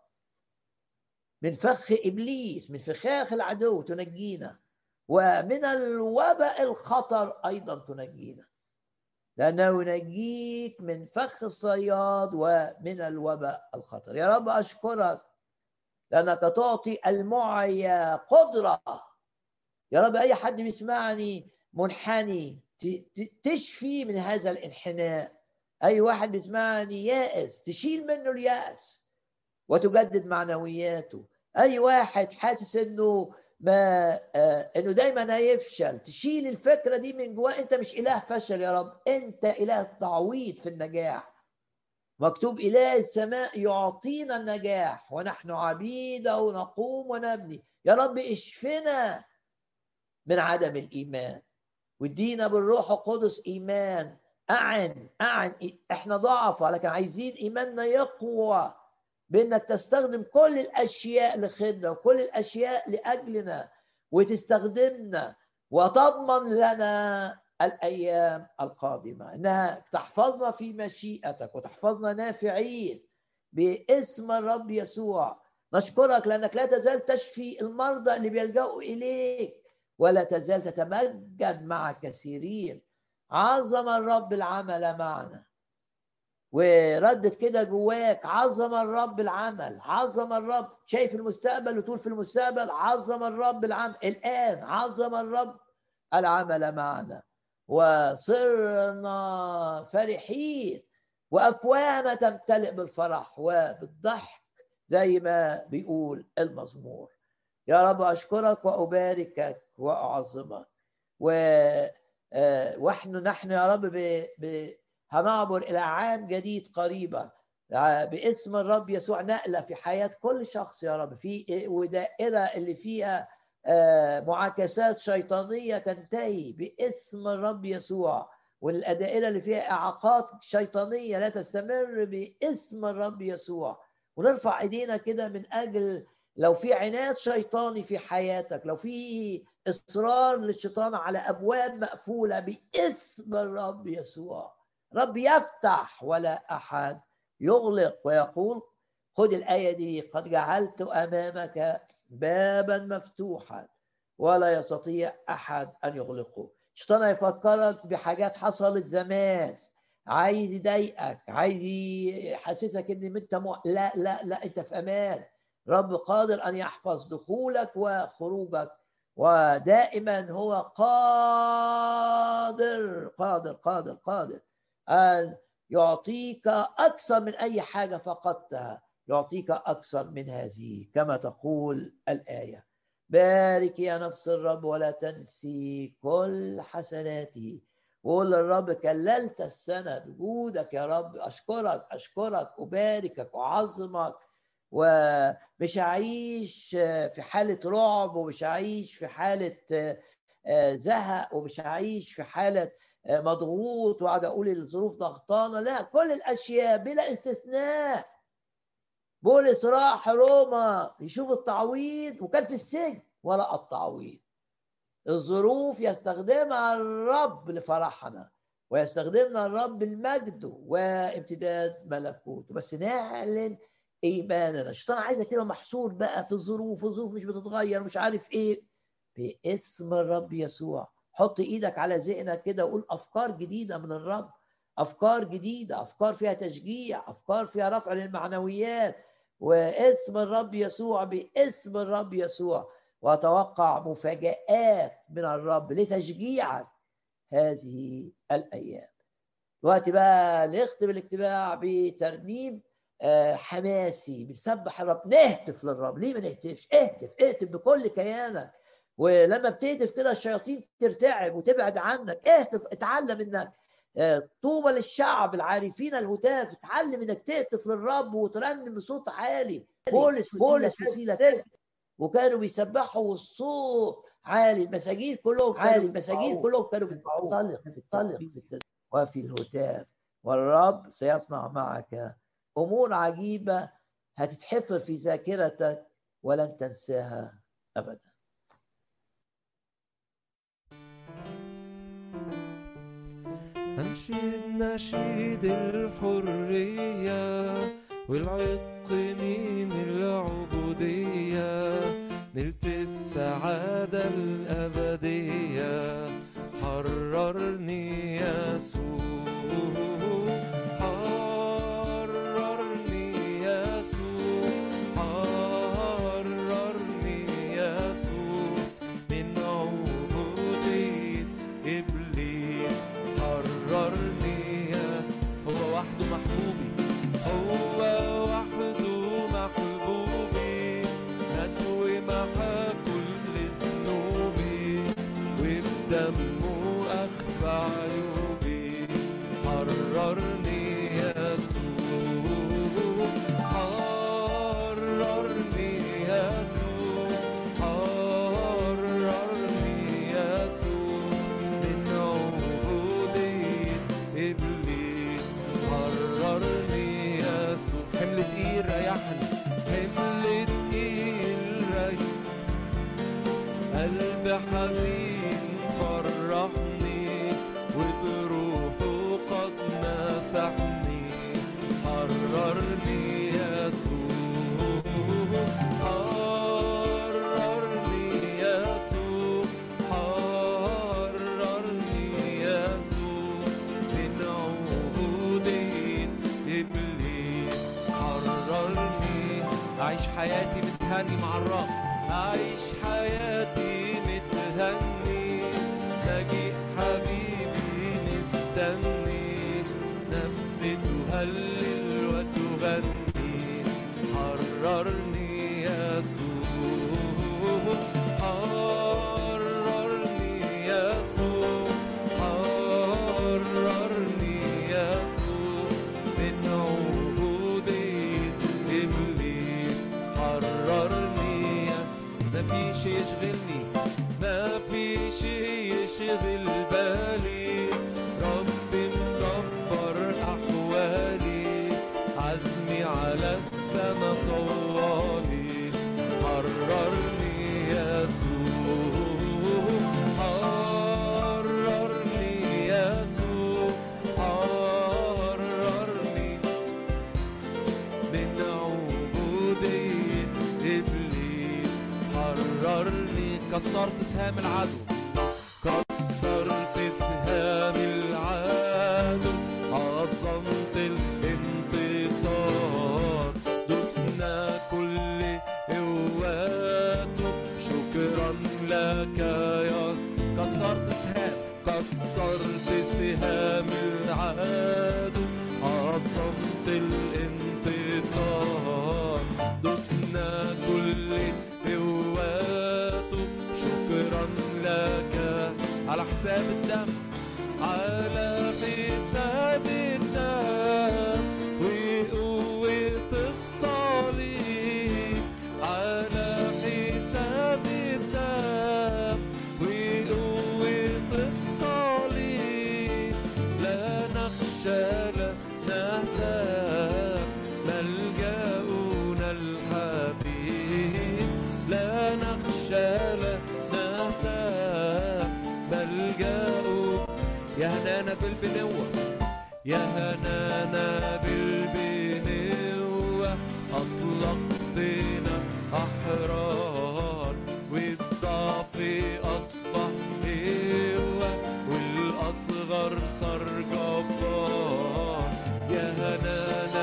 من فخ إبليس، من فخاخ العدو تنجينا، ومن الوباء الخطر أيضا تنجينا لأنه ينجيك من فخ الصياد ومن الوباء الخطر. يا رب أشكرك لأنك تعطي المعيا قدرة. يا رب أي حد بيسمعني منحني تشفي من هذا الانحناء. أي واحد بيسمعني يائس تشيل منه اليأس وتجدد معنوياته. أي واحد حاسس إنه ما آه إنه دايما هيفشل تشيل الفكرة دي من جواه. أنت مش إله فشل يا رب، أنت إله تعويض في النجاح. مكتوب إله السماء يعطينا النجاح ونحن عبيده ونقوم ونبني. يا رب اشفنا من عدم الإيمان وادينا بالروح القدس إيمان. أعن أعن إحنا ضعفة لكن عايزين إيماننا يقوى بأنك تستخدم كل الأشياء لخدمة وكل الأشياء لأجلنا وتستخدمنا وتضمن لنا الأيام القادمة، أنها تحفظنا في مشيئتك وتحفظنا نافعين باسم الرب يسوع. نشكرك لأنك لا تزال تشفي المرضى اللي بيلجأوا إليك ولا تزال تتمجد مع كثيرين. عظم الرب العمل معنا. وردت كده جواك عظم الرب العمل، عظم الرب. شايف المستقبل وتقول في المستقبل عظم الرب العمل. الآن عظم الرب العمل معنا وصرنا فرحين وأفواهنا تمتلئ بالفرح وبالضحك زي ما بيقول المزمور. يا رب أشكرك وأباركك وأعظمك. و ونحن نحن يا رب ب... ب... هنعبر إلى عام جديد قريبا باسم الرب يسوع. نقلة في حياة كل شخص يا رب، في ودائرة اللي فيها معاكسات شيطانية تنتهي باسم الرب يسوع، والدائرة اللي فيها إعاقات شيطانية لا تستمر باسم الرب يسوع. ونرفع ايدينا كده من أجل لو في عناد شيطاني في حياتك، لو في إصرار للشيطان على أبواب مقفولة، باسم الرب يسوع رب يفتح ولا أحد يغلق، ويقول خد الآية دي: قد جعلت أمامك بابا مفتوحا ولا يستطيع أحد أن يغلقه. الشيطان هيفكرك بحاجات حصلت زمان، عايز يضايقك، عايز يحسسك ان انت م... لا لا لا انت في امان. رب قادر ان يحفظ دخولك وخروجك، ودائما هو قادر قادر قادر قادر ان يعطيك اكثر من اي حاجه فقدتها، يعطيك اكثر من هذه كما تقول الايه: بارك يا نفس الرب ولا تنسي كل حسناته. وقول للرب: كللت السنة بجودك يا رب، أشكرك أشكرك أباركك أعظمك، ومش هعيش في حالة رعب، ومش هعيش في حالة زهق، ومش هعيش في حالة مضغوط وقاعد أقول الظروف ضغطانة. لا، كل الأشياء بلا استثناء. بولس راح روما يشوف التعويض وكان في السجن ولقى التعويض. الظروف يستخدمها الرب لفرحنا، ويستخدمنا الرب لمجده وامتداد ملكوته، بس نعلن ايماننا. الشيطان عايزك كده محصور بقى في الظروف، الظروف مش بتتغير، مش عارف ايه. باسم الرب يسوع حط ايدك على ذهنك كده وقول افكار جديده من الرب، افكار جديده، افكار فيها تشجيع، افكار فيها رفع للمعنويات، واسم الرب يسوع، باسم الرب يسوع. وأتوقع مفاجآت من الرب لتشجيعك هذه الأيام. دلوقتي بقى نختم الاجتماع بترنيم حماسي، بنسبح الرب، نهتف للرب. ليه ما نهتفش؟ اهتف اهتف بكل كيانك. ولما بتهتف كده الشياطين ترتعب وتبعد عنك. اهتف، اتعلم انك طوبى للشعب العارفين الهتاف. اتعلم انك تهتف للرب وترنم بصوت عالي. بولس بولس وسيلة وكانوا بيسبحوا والصوت عالي، المساجين كلهم عالي، المساجين كلهم كانوا بيطلق بيطلق وفي الهتاف. والرب سيصنع معك امور عجيبه هتتحفر في ذاكرتك ولن تنساها ابدا. هنشيد نشيد الحرية والعتق من العبودية، نلت السعادة الأبدية. حررني يسوع، حررني يسوع، حررني يسوع من عبودية إبليس. حررني، هو وحده محبوبي، هو وحده محبوبي، نتوي محا كل ذنوبي، وبدمه أخفى عيوبي. حررني يسوع، حررني يسوع، حررني يسوع من عبودية إبليس. حررني يسوع. حمل تقيل ريحني، حمل تقيل ريح، قلب حزين فرحني، وبروحه قد مسحني. حررني يسوع، حررني يسوع، حررني يسوع من عبودية إبليس. حررني، أعيش حياتي متهني مع الرب، أعيش حياتي متهني، مجيء حبيبي مستني، نفسي تهلل وتغني. حررني يسوع، حررني يسوع، حررني يسوع من عبودية إبليس. حررني، مفيش يشغلني كسرت سهام العدو، كسرت سهام العدو، عظمت الانتصار، دسنا كل قواته، شكرا لك يا. كسرت سهام كسرت سهام العدو، عظمت الانتصار، دسنا كل قواته، شكرا لك. على حساب الدم، على حساب الدم وقوة الصليب، على حساب الدم وقوة الصليب، لا نخشى لا نهتم، ملجأنا الحبيب، لا نخشى لا نهتم، ملجأ. يا هنانا بالبنوة، يا هنانا بالبنوة، أطلقتنا أحرار، والضعف أصبح قوة، والأصغر صار جبار. يا هنانا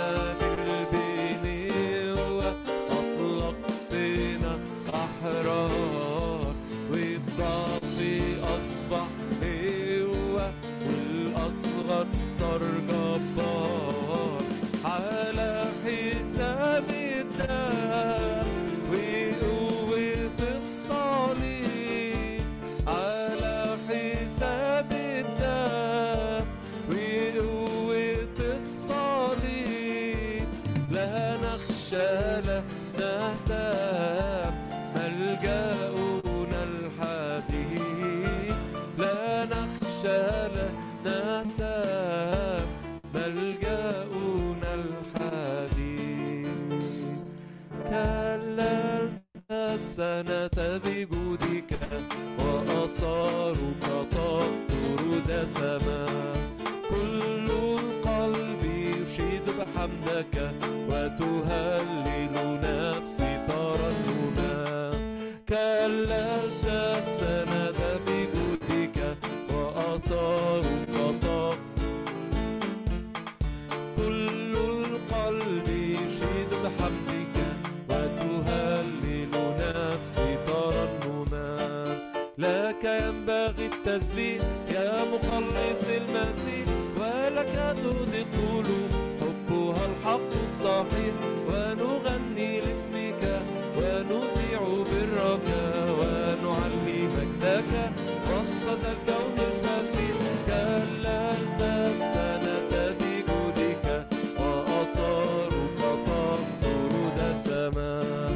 بالبنوة، أطلقتنا أحرار، والضعف أصبح قوة، والأصغر صار جبار. على حساب الدم وقوة الصليب، على حساب الدم وقوة الصليب، لا نخشى لا نهتم، ملجأنا الحبيب، لا نخشى لا نهتم، ملجأنا الحبيب. كللت السنة بجودك، وآثارك تقطر دسما، كل القلب يشيد بحمدك، وتهلل نفسي ترنما. كللت السنة بجودك، وآثارك تقطر، كل القلب يشيد بحمدك، وتهلل نفسي ترنما. لك ينبغي التسبيح يا مخلص المسيح، ولك تهدي القلوب حبها الحق الصحيح، ونغني لاسمك ونذيع برك، ونعلي مجدك وسط ذا الكون الفسيح. كللت السنة بجودك، وآثارك تقطر دسما،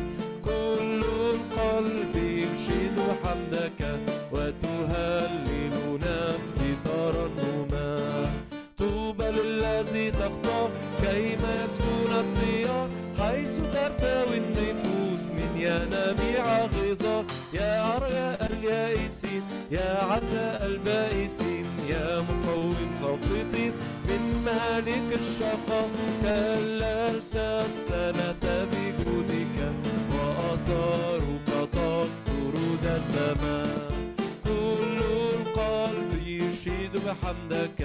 كل القلب ينشد حمدك، وتهلل نفسي ترنما. طوبى للذي تختار كيما يسكن الديار، حيث ترتوي النفوس من ينابيع غزار. يا عرياء اليائسين، يا عزاء البائسين، يا مقوم خبطين من مالك الشقاء. كللت السنة بجودك، وآثارك تقطر دسما، كل القلب يشيد بحمدك،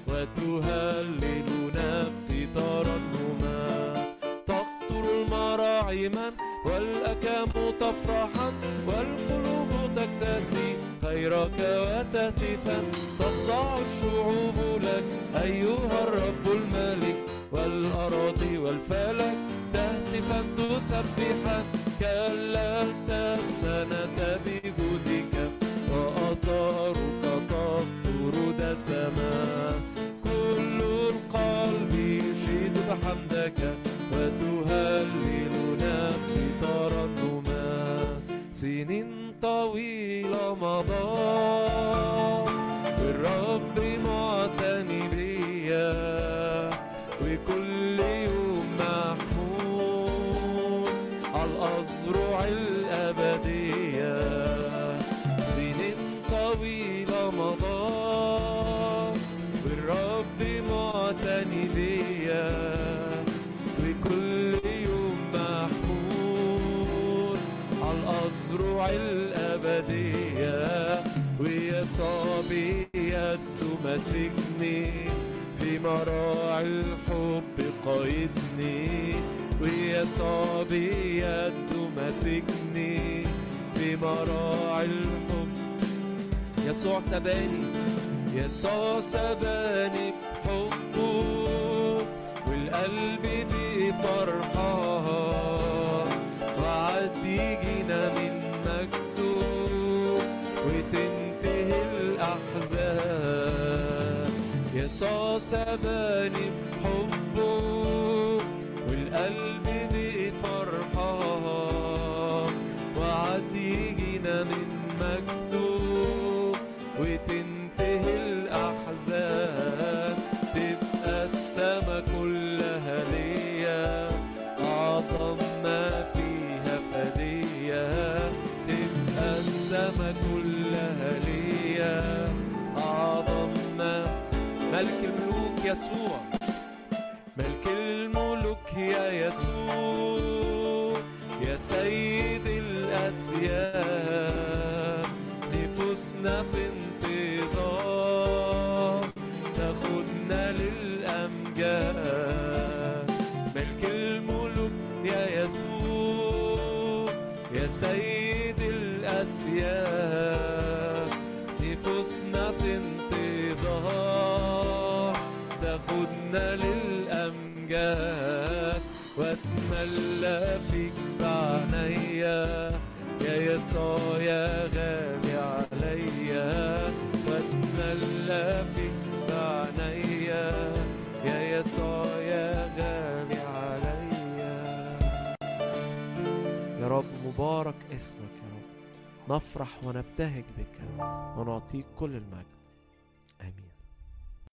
وتهلل نفسي ترنما. تقطر المراعيما والأكام تفرحا، والقلوب تكتسي خيرك وتهتفا. تخضع الشعوب لك أيها الرب الملك، والأراضي والفلك تهتفا تسبحا. كللت السنة بجودك، وآثارك تقطر دسما، كل القلب يشيد بحمدك، وتهلل نفسي ترنما. سنين طويلة مضت والرب معتني بيا، وكل يوم محمود على الأزرع الأبدية. سنين طويلة مضت والرب معتني بيا، وكل يوم محمود على الأزرع الأزرع الأبدية، ويسوع بيده ماسكني، في مراعي الحب قايدني، ويسوع بيده ماسكني، في مراعي الحب. يسوع سباني، يسوع سباني بحبه، والقلب بفرحان، وعد يجينا من مجده وتنتهي الأحزان. يسوع سباني بحبه، والقلب بفرحان، وعد يجينا من مجده وتنتهي الأحزان. تبقى السما كلها ليا، أعظم ما فيها فدية. تبقى السما كلها ليا، أعظم ما. ملك الملوك يسوع، ملك الملوك يا يسوع، يا سيد الأسياد. نفوسنا في انتظار، تاخدنا للأمجاد. ملك الملوك يا يسوع، يا سيد الأسياد. نفوسنا في انتظار، تاخدنا للأمجاد. واتملى فيك بعنايا يا يسوع يا غالي عليا. واتملى فيك بعنايا يا يسوع يا غالي عليا. يا رب مبارك اسمك يا رب، نفرح ونبتهج بك ونعطيك كل المجد. آمين.